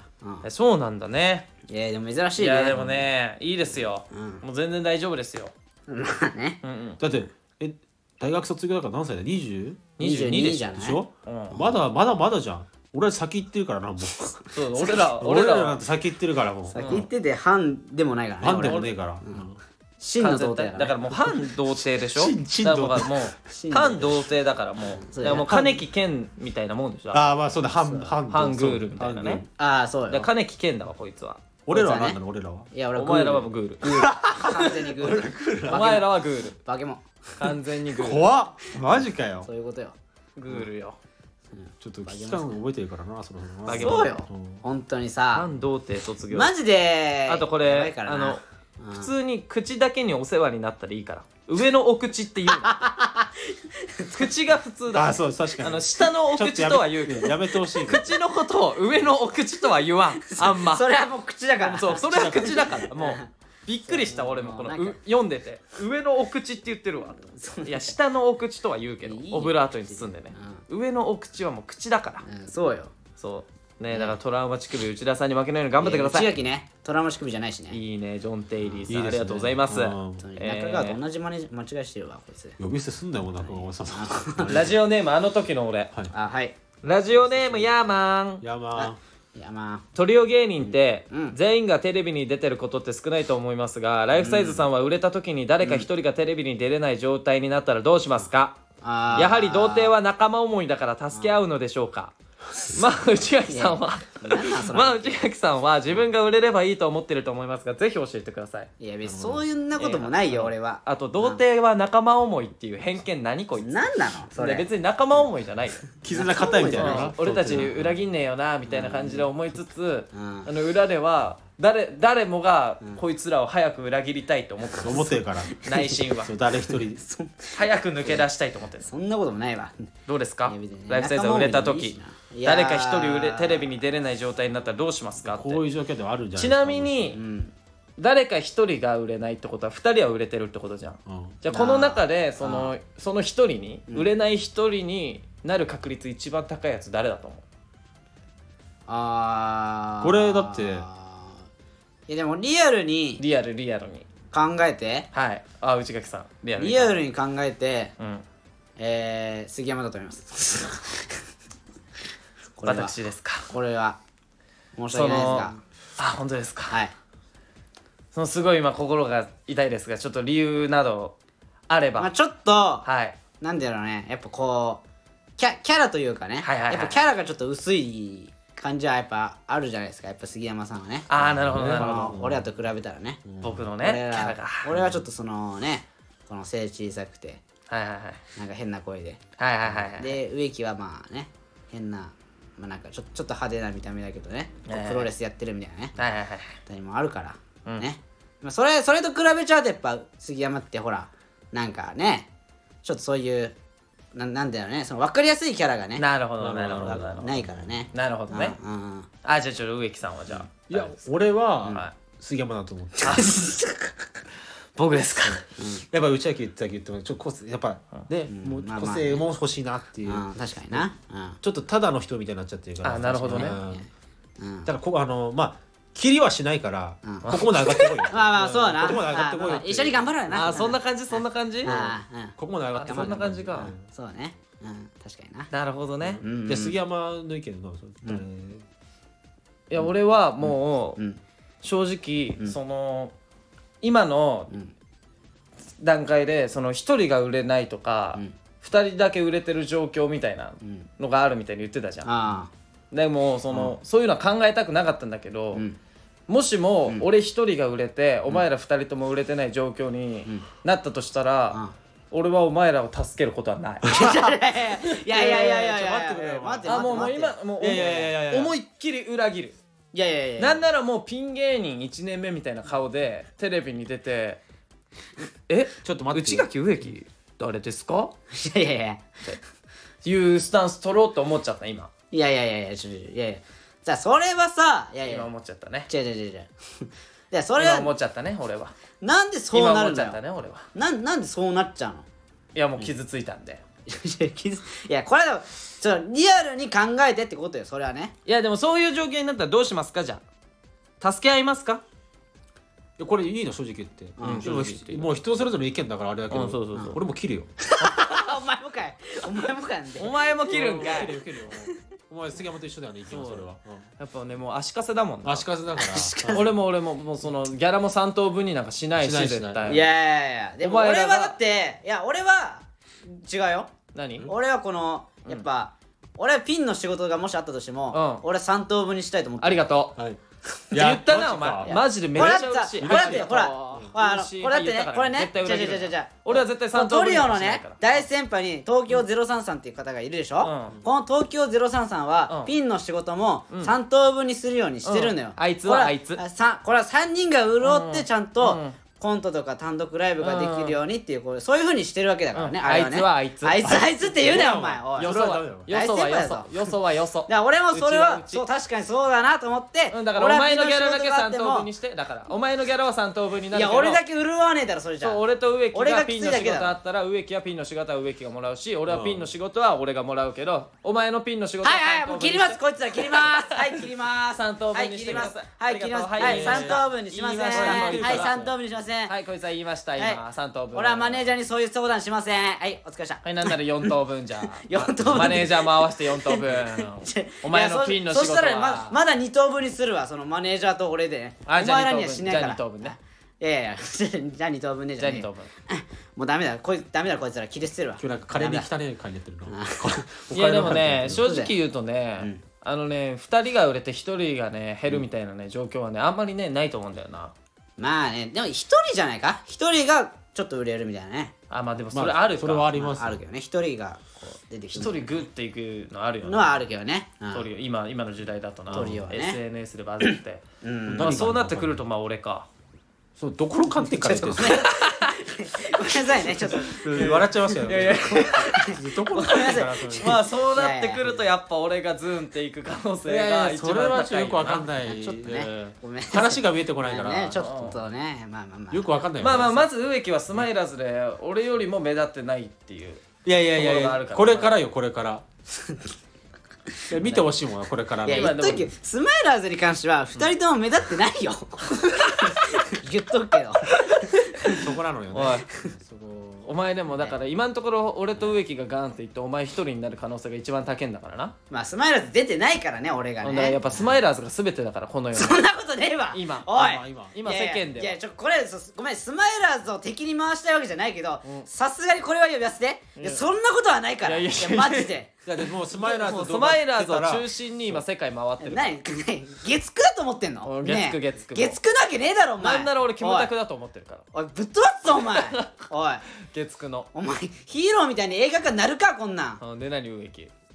そうなんだね。 いやでも珍しいね。 いやでもね、いいですよ、もう全然大丈夫ですよ。 まあね。 だって大学卒業だから何歳だ 20? 22じゃないでしょ、まだじゃん。俺ら先行ってるからなもう。 そう俺らはらなんて先行ってるからもう。 先言ってて半でもないからね。 半でも俺ねえから。 真の童貞だからもう半童貞でしょ。 真だからもう真半童貞だからもう、 そうだからもう金木健みたいなもんでしょ。 ああまあそうだ半グールみたいなね。 ああそうよ。 だから金木健だわこいつは。 俺らは何なの俺らは。 いや俺お前らはグール。 完全にグール。 お前らはグール。 バケモン。 完全にグール。 怖っマジかよ。 そういうことよ。 グールよ。 ちょっと危機感覚えてるからなその辺は。 バケモンそうよ。本当にさ。 半童貞卒業。 マジで。 あとこれやばいからな普通に口だけにお世話になったらいいから、上のお口って言うの。口が普通だ。 あそう確かに。 下のお口とは言うけど、 やめてほしい。 口のことを上のお口とは言わん、あんま。 それはもう口だから。 そうそれは口だからもうびっくりした俺もこのなんか読んでて、上のお口って言ってるわ。いや下のお口とは言うけど、 いいよオブラートに包んでね、上のお口はもう口だから。 そうよ。 そうね、だからトラウマ乳首内田さんに負けないように頑張ってください。 内垣ね。トラウマ乳首じゃないしね。 いいねジョン・テイリーさん、 いいですねありがとうございます。 本当に中川と同じ間違いしてるわこいつ。 呼び捨てすんだよもうなんかお前さん。 ラジオネームあの時の俺、 あはい。 ラジオネームヤーマン。 いやまいやまトリオ芸人って、 うん全員がテレビに出てることって少ないと思いますが、ライフサイズさんは売れた時に誰か一人がテレビに出れない状態になったらどうしますか？ あ。 やはり童貞は仲間思いだから助け合うのでしょうか？まあ内垣さんはなんなんそれまあ内垣さんは自分が売れればいいと思ってると思いますが、ぜひ教えてください。 いや別にそういうなこともないよ俺は。 あと童貞は仲間思いっていう偏見何こいつ。 なんなのそれ。 で別に仲間思いじゃないよ。 絆硬いみたいなな。 俺たち裏切んねえよなみたいな感じで思いつつ、 ん裏では誰もがこいつらを早く裏切りたいと思ってる、 思ってるから。 内心はそう誰一人。 早く抜け出したいと思ってる。 そんなこともないわ。 どうですかいや別に？ ライフサイズが売れた時仲間思いでいいしないやー誰か一人テレビに出れない状態になったらどうしますかって。 こういう状況ではあるじゃん。 ちなみに、 うん。 誰か一人が売れないってことは二人は売れてるってことじゃん。 うん。 じゃあこの中でその一人に、売れない一人になる確率一番高いやつ誰だと思う？ あーこれだっていやでもリアルにリアルに考えてはい内垣さんリアルにリアルに考えてうん杉山だと思いますこれは私ですか。 これは申し訳ないですが本当ですか。 はいそのすごい今心が痛いですが、ちょっと理由などあれば、 まあちょっとはいなんだろうねやっぱこうキャラというかねはいはいはいやっぱキャラがちょっと薄い感じはやっぱあるじゃないですかやっぱ杉山さんはねなるほどなるこほど。 の俺らと比べたらね僕のねキ俺ャラが俺はちょっとそのねこの背小さくてはいはいはいなんか変な声ではいはいはいはいで植木はまあね変なまあなんかちょっと派手な見た目だけどねプロレスやってるみたいなねはいはいはい何もあるから、 うんねまあそれと比べちゃうとやっぱ杉山ってほらなんかねちょっとそういうなんだよね、その分かりやすいキャラがねなるほどなるほどなるほどないからね。 なるほどね。あ、じゃあちょっと植木さんはじゃあ。 いや俺ははい杉山だと思って僕ですか。 やっぱ内訳言ってもちょっと個性やっぱねもう個性も欲しいなっていう確かにな。 ちょっとただの人みたいになっちゃってるから。 あ、なるほどね。 だからまあ切りはしないからここまで上がってこいよ。 まあそうだな。 ここまで上がってこいよ。 一緒に頑張ろうよな。 あ、そんな感じそんな感じ。 ここまで上がってこい。 そんな感じか。 そうね。確かにな。 なるほどね。 で杉山の意見どうぞ。 いや俺はもう正直その今の段階でその1人が売れないとか2人だけ売れてる状況みたいなのがあるみたいに言ってたじゃん。でもそういうのは考えたくなかったんだけど、もしも俺1人が売れてお前ら2人とも売れてない状況になったとしたら俺はお前らを助けることはない。 いや待ってくれよ。 待ってあ、もう今もう思いっきり裏切る。 いやなんならもうピン芸人1年目みたいな顔でテレビに出てちょっと待って。 内垣植木誰ですかいやっていうスタンス取ろうと思っちゃった今。 いやじゃあそれはさ今思っちゃったね。 違ういやそれは今思っちゃったね俺は。 なんでそうなるんだよ。 今思っちゃったね俺は。 なんでそうなっちゃうの。 いやもう傷ついたんで。 いやこれはちょっとリアルに考えてってことよそれはね。 いやでもそういう状況になったらどうしますか。じゃあ助け合いますか。 これいいの正直言って。もう人それぞれの意見だからあれだけど俺も切るよ。 お前もかいんで。 お前も切るんかい。 切るよ。お前杉山と一緒だよね意見はそれは。 やっぱねもう足かせだもんね。 足かせだから俺ももうそのギャラも3等分になんかしないし絶対。 いやでも俺はだって俺は違うよ。 何？ 俺はこのやっぱ俺はピンの仕事がもしあったとしても俺3等分にしたいと思って。 ありがとう。言ったなお前。マジでめっちゃ嬉しい。 これだってほらこれだってねこれねじゃ俺は絶対3等分にしないから。 トリオのね大先輩に東京033っていう方がいるでしょ。この東京033はピンの仕事も3等分にするようにしてるのよ。 あいつはあいつ。 これは3人が潤ってちゃんとコントとか単独ライブができるようにっていうそういう風にしてるわけだからね。 あいつはあいつ。 あいつって言うなよお前。 よそはよそ。 だから俺もそれは確かにそうだなと思って。 だからお前のギャラだけ3等分にして。だからお前のギャラは3等分になるけど。 いや俺だけ潤わねえだろそれじゃ。 俺と植木がピンの仕事あったら植木はピンの仕事は植木がもらうし俺はピンの仕事は俺がもらうけどお前のピンの仕事ははいもう切ります。こいつら切ります。はい切ります。 3等分にしてください。 はい切ります。はい3等分にしません。はい3等分にしません。 はいこいつは言いました今3等分。 俺はマネージャーにそういう相談しません。はいお疲れ様でした。 はいなんなら4等分じゃ 4等分マネージャーも合わせて4等分。お前のピンの仕事はそしたらまだ2等分にするわそのマネージャーと俺でね。お前らにはしないから。 じゃあ2等分ね。 いやじゃあ2等分ね。 じゃあ2等分。 もうダメだこいつら切れ捨てるわ。 今日なんか金に汚い感じやってるいやでもね正直言うとね2人が売れて1人がね減るみたいなね状況はねあんまりねないと思うんだよな。 まあねでも1人じゃないか。1人がちょっと売れるみたいなね。 まあでもそれあるか。 それはあります。 あるけどね1人がこう出てきて 1人グッていくのあるよね。 のはあるけどね。 トリオ今の時代だとなトリオはね SNS でバズってそうなってくるとまあ俺か。 そうどこの観点から言ってるんですか。 ごめんなさいねちょっと笑っちゃいますよね。どこの観点からまあそうなってくるとやっぱ俺がズーンっていく可能性が一それは番高いよくわかんない。 ちょっとねごめん話が見えてこないからちょっとねまあよくわかんない。 まず植木はスマイラーズで俺よりも目立ってないっていう。 いやこれからよこれから。見てほしいもんなこれからの。 いや言っとくけどスマイラーズに関しては2人とも目立ってないよ。言っとくけどそこなのよね。 お前でもだから今のところ俺と植木がガーンっていってお前一人になる可能性が一番高いんだからな。 まあスマイラーズ出てないからね俺がだからやね。 っぱスマイラーズが全てだからこの世のそんなことねえわ今おい今世間では。 いやこれごめんスマイラーズを敵に回したいわけじゃないけどさすがにこれは呼び出せて。いやそんなことはないから。いやマジで。 いやでもスマイラーズスマイラーズを中心に今世界回ってる。 何月9だと思ってんの。 月9 月9なわけねえだろお前。 なんなら俺キムタクだと思ってるから。 おいぶっ飛ばすぞお前。おい月9のお前ヒーローみたいに映画化なるかこんなん。 で何植木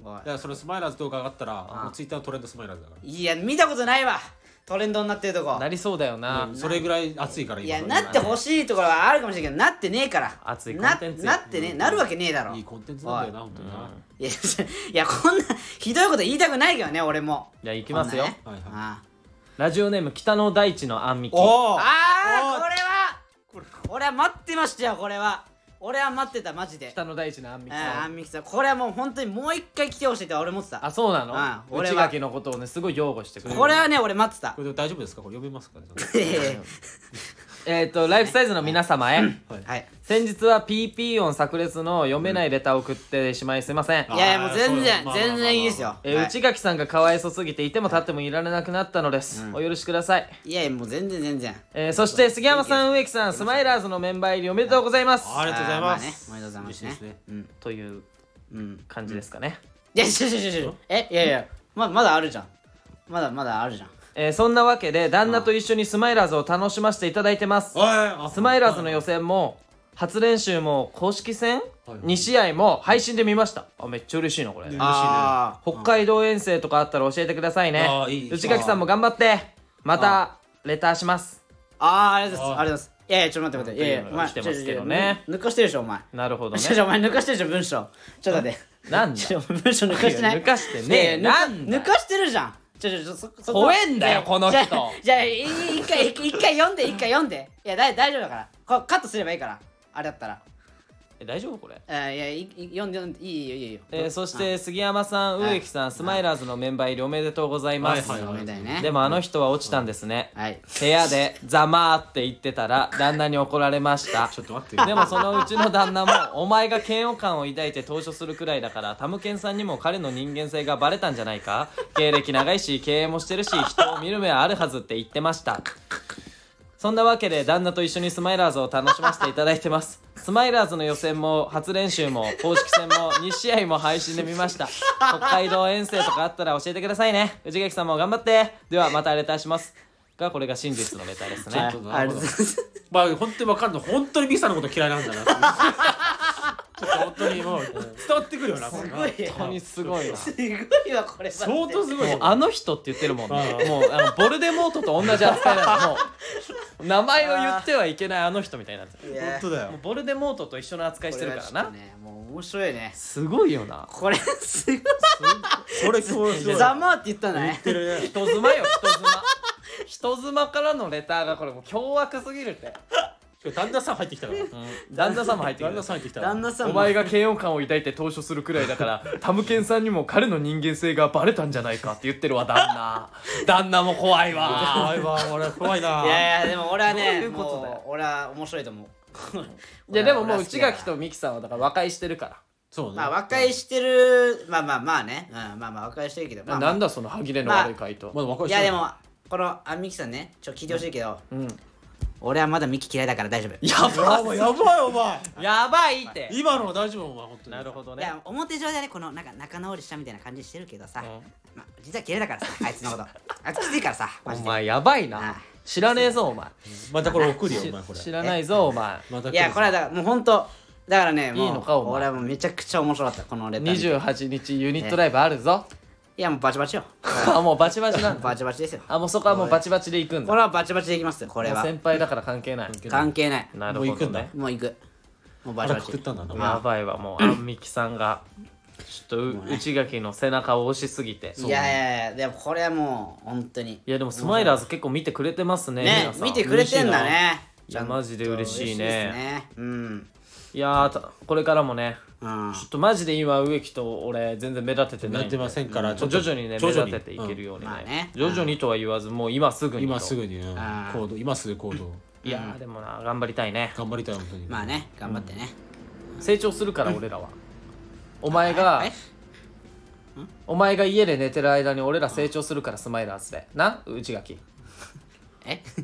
おいいやそのスマイラーズ動画上がったらもうツイッターのトレンドスマイラーズだからいや見たことないわトレンドになってるとこなりそうだよな、 それぐらい熱いからい今やなってほしいところはあるかもしれないけどなってねえから熱いコンテンツよなってねなるわけねえだろいいコンテンツなんだよな本当にな。 いやいやこんなひどいこと言いたくないけどね俺もじゃあ行きますよ、 こんなねはいはいあラジオネーム北の大地のあんみき。 おおあこれは俺は待ってましたよこれは俺は待ってたマジで北の大地のあんみきあんみきさんこれはもう本当にもう一回来てほしいって俺思ってたあ、そうなの、 俺は内垣のことをねすごい擁護してくれる。 これはね俺待ってたこれで大丈夫ですかこれ読めますかねえライフサイズの皆様へはいはい先日は PP 音炸裂の読めないレターを送ってしまいすいません、 いやいやもう全然そう全然いいですよはい内垣さんがかわいそすぎていても立ってもいられなくなったのです、お許しください、 いやいやもう全然全然そして杉山さん植木さんスマイラーズのメンバー入りおめでとうございますありがとうございますあーまあねおめでとうございます嬉しいですねうんといううん感じですかね、 いやいやいやまだあるじゃんまだあるじゃんそんなわけで旦那と一緒にスマイラーズを楽しませていただいてます。スマイラーズの予選も初練習も公式戦2試合も配信で見ました。あ、めっちゃ嬉しいなこれ、 あー北海道遠征とかあったら教えてくださいね。 あーいい内垣さんも頑張ってまたレターします。 ありがとうございますありがとうございますいやいやちょっと待っていやいやお前来てますけどね抜かしてるでしょお前なるほどね。 お前抜かしてるでしょ文章ちょっと待ってなんだ文章抜かしてないいや抜かしてねえいやいやなんだ抜かしてるじゃんそ怖えんだよこの人じゃあ一回読んでいや大丈夫だからカットすればいいからあれだったら大丈夫これ。 いや読んでいいよそして杉山さん植木さんスマイラーズのメンバー入りおめでとうございます。 はいはいおめでたいねでもあの人は落ちたんですね。 はい部屋でざまーって言ってたら旦那に怒られましたちょっと待ってよでもそのうちの旦那もお前が嫌悪感を抱いて投書するくらいだからタムケンさんにも彼の人間性がバレたんじゃないか。経歴長いし経営もしてるし人を見る目はあるはずって言ってました。そんなわけで旦那と一緒にスマイラーズを楽しませていただいてます。スマイラーズの予選も初練習も公式戦も2試合も配信で見ました。北海道遠征とかあったら教えてくださいね。内垣さんも頑張って。ではまたレターしますがこれが真実のレターですね。 はいありがとうございますまあ本当に分かんない本当にミキさんのこと嫌いなんだなちょっと本当にもう伝わってくるよなすごい本当にすごいな。 すごいわこれ相当すごいよもうあの人って言ってるもんね。 うんもうボルデモートと同じ扱いなの。もう名前を言ってはいけないあの人みたいになってる。 いや本当だよもうボルデモートと一緒の扱いしてるからな。 これはちょっとねもう面白いねすごいよな。 これすごいこれそうすごいざまーって言ったんだね言ってるね人妻よ人妻。人妻からのレターがこれもう凶悪すぎるって。 旦那さん入ってきたから旦那さんも入ってく旦る那さん入ってきたから旦那さんもお前が嫌悪感を抱いて投書するくらいだからタムケンさんにも彼の人間性がバレたんじゃないかって言ってるわ旦那。旦那も怖いわ。 怖いわ俺怖いないやいやでも俺はどねういうことだよもう俺は面白いと思ういやでももう内俺は好きだから垣とミキさんはだから和解してるから。 そうねまあ和解してるまあねまあ和解してるけどまあなんだその歯切れの悪い回答。 まだ若いいやでもこのミキさんね聞いてほしいけどうん。 俺はまだミキ嫌いだから大丈夫やばやばいやばいお前やばいって。 今のは大丈夫お前本当になるほどね。 いや表上でねこのなんか仲直りしたみたいな感じしてるけどさうんまあ実は嫌いだからさあいつのことあいつきついからさマジでお前やばいあな。知らねえぞお前。 またこれ送るよお前これ知らないぞお前。 また来るいやこれはだからもうほんとだからねもういいのかお前俺はもうめちゃくちゃ面白かったこのレター見て 28日ユニットライブあるぞ。 いやもうバチバチよあもうバチバチなんだ。 バチバチですよあもうそこはもうバチバチで行くんだ。 これはバチバチでいきますよこれもうは先輩だから関係ない。 関係ないなるもう行くんだほどね。 もう行くもうバチバチ腹くくったんだなやばいわもうあんみきさんがちょっと内垣の背中を押しすぎて。 いやいやいやでもこれはもう本当にいやでもスマイラーズ結構見てくれてますね。 ね皆さん見てくれてんだねいやマジで嬉しいね。 嬉ですねうんいやこれからもねうんちょっとマジで今植木と俺全然目立ててないんでやってませんからちょっと徐々にね目立てていけるようにまあねね徐々にとは言わずもう今すぐにと今すぐにあー行動今すぐ行動いやでもな頑張りたいね。 頑張りたい本当にまあね頑張ってね成長するから俺らはお前がえお前が家で寝てる間に俺ら成長するからスマイラーズでな内垣え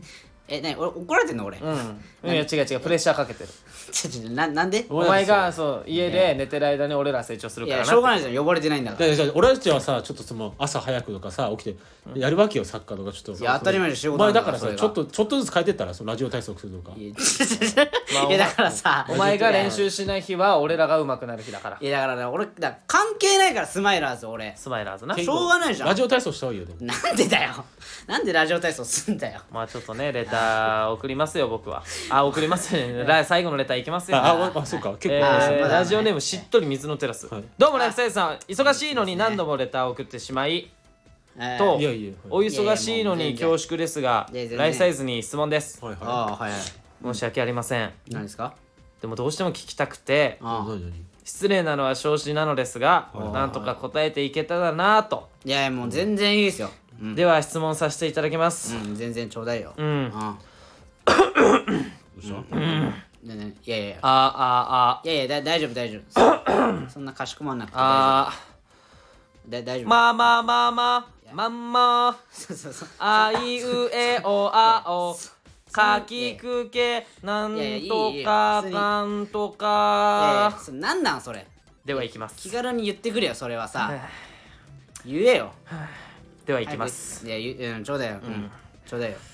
何俺怒られてんの俺、 うんいや違う違うプレッシャーかけてるなんでお前がそう家で寝てる間に俺ら成長するいからなやしょうがないじゃん汚れてないんだからで俺たちはさちょっとその朝早くとかさ起きてやるわけよサッカーとかちょっといや当たり前で仕事お前だなんだからそれがからさちょっとずつ変えてったらそのラジオ体操するとかいやだからさお前が練習しない日は俺らが上手くなる日だからいやだからね俺関係ないからスマイラーズ俺スマイラーズなしょうがないじゃんラジオ体操した方がいいよでもなんでだよなんでラジオ体操すんだよまあちょっとねレター送りますよ僕は送りますね最後のレターいきますよそうか結構まだねラジオネームしっとり水のテラス、 はいどうもライフサイズさん忙しいのに何度もレターを送ってしまいといやいやお忙しいのに恐縮ですがいやいやもう全然ライフサイズに質問ですはいはああはいはい申し訳ありません何ですかでもどうしても聞きたくてああい何失礼なのは承知なのですがなんとか答えていけたらなといやいやもう全然いいですようんでは質問させていただきます全然ちょうだいようんどうしたねいやいやいやあいやいや大丈夫大丈夫そんなかしこまんなくて大あ丈夫大丈夫まあまあまあまあまんまそうそうそうあいうえおあおかきくけなんといやいやいいよか普通にかんといやいかやそれなんなんそれではいきます気軽に言ってくれよそれはさ言えよではいきますいやちょうだいよちょうだいよ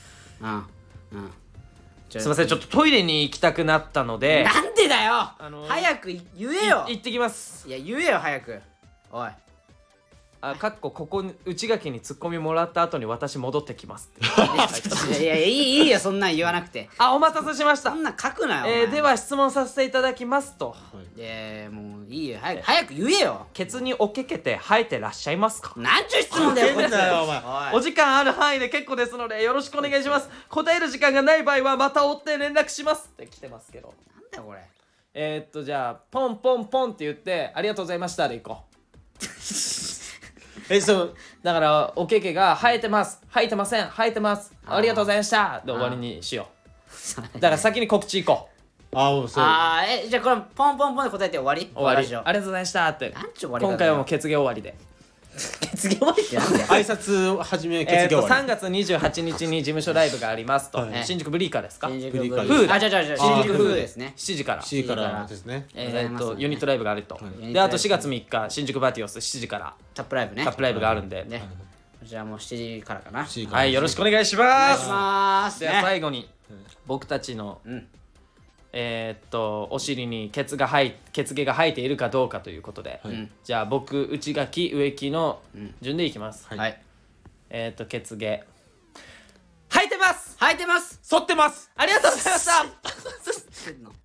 すすいませんちょっとトイレに行きたくなったのでなんでだよ早く言えよ行ってきますいや言えよ早くおいかっこここに内垣にツッコミもらった後に私戻ってきますいやいいよそんなん言わなくてお待たせしましたそんなん書くなよお前では質問させていただきますといやもういいよ早く言えよケツにおけけて生えてらっしゃいますかなんちゅう質問だよこいつだよお前おいお時間ある範囲で結構ですのでよろしくお願いします答える時間がない場合はまた追って連絡しますって来てますけどなんだよこれじゃあポンポンポンって言ってありがとうございましたでいこうそうだからおけけが生えてます生えてません生えてますありがとうございましたで終わりにしようだから先に告知行こうもうそうじゃあこれポンポンポンで答えて終わり終わりラジオありがとうございましたってなんちゅう終わり方だよ今回はもう決議終わりで次終わりってなんだよ挨拶始め決議終わ 3月28日に事務所ライブがありますと、 はい新宿ブリーカーですか新宿ブリーカーフードじゃあ新宿フードですね 7時からり7時からですねユニットライブがあると、 いであと4月3日新宿バティオス7時からタップライブねタップライブがあるんで、 ねじゃあもう7時からかな 7時からはいよろしくお願いしお願ますいしますではね最後に僕たちのんお尻に血毛が生えているかどうかということで、じゃあ僕内垣植木の順でいきます、 はい血毛生えてます履いてます反ってますありがとうございましたしてんの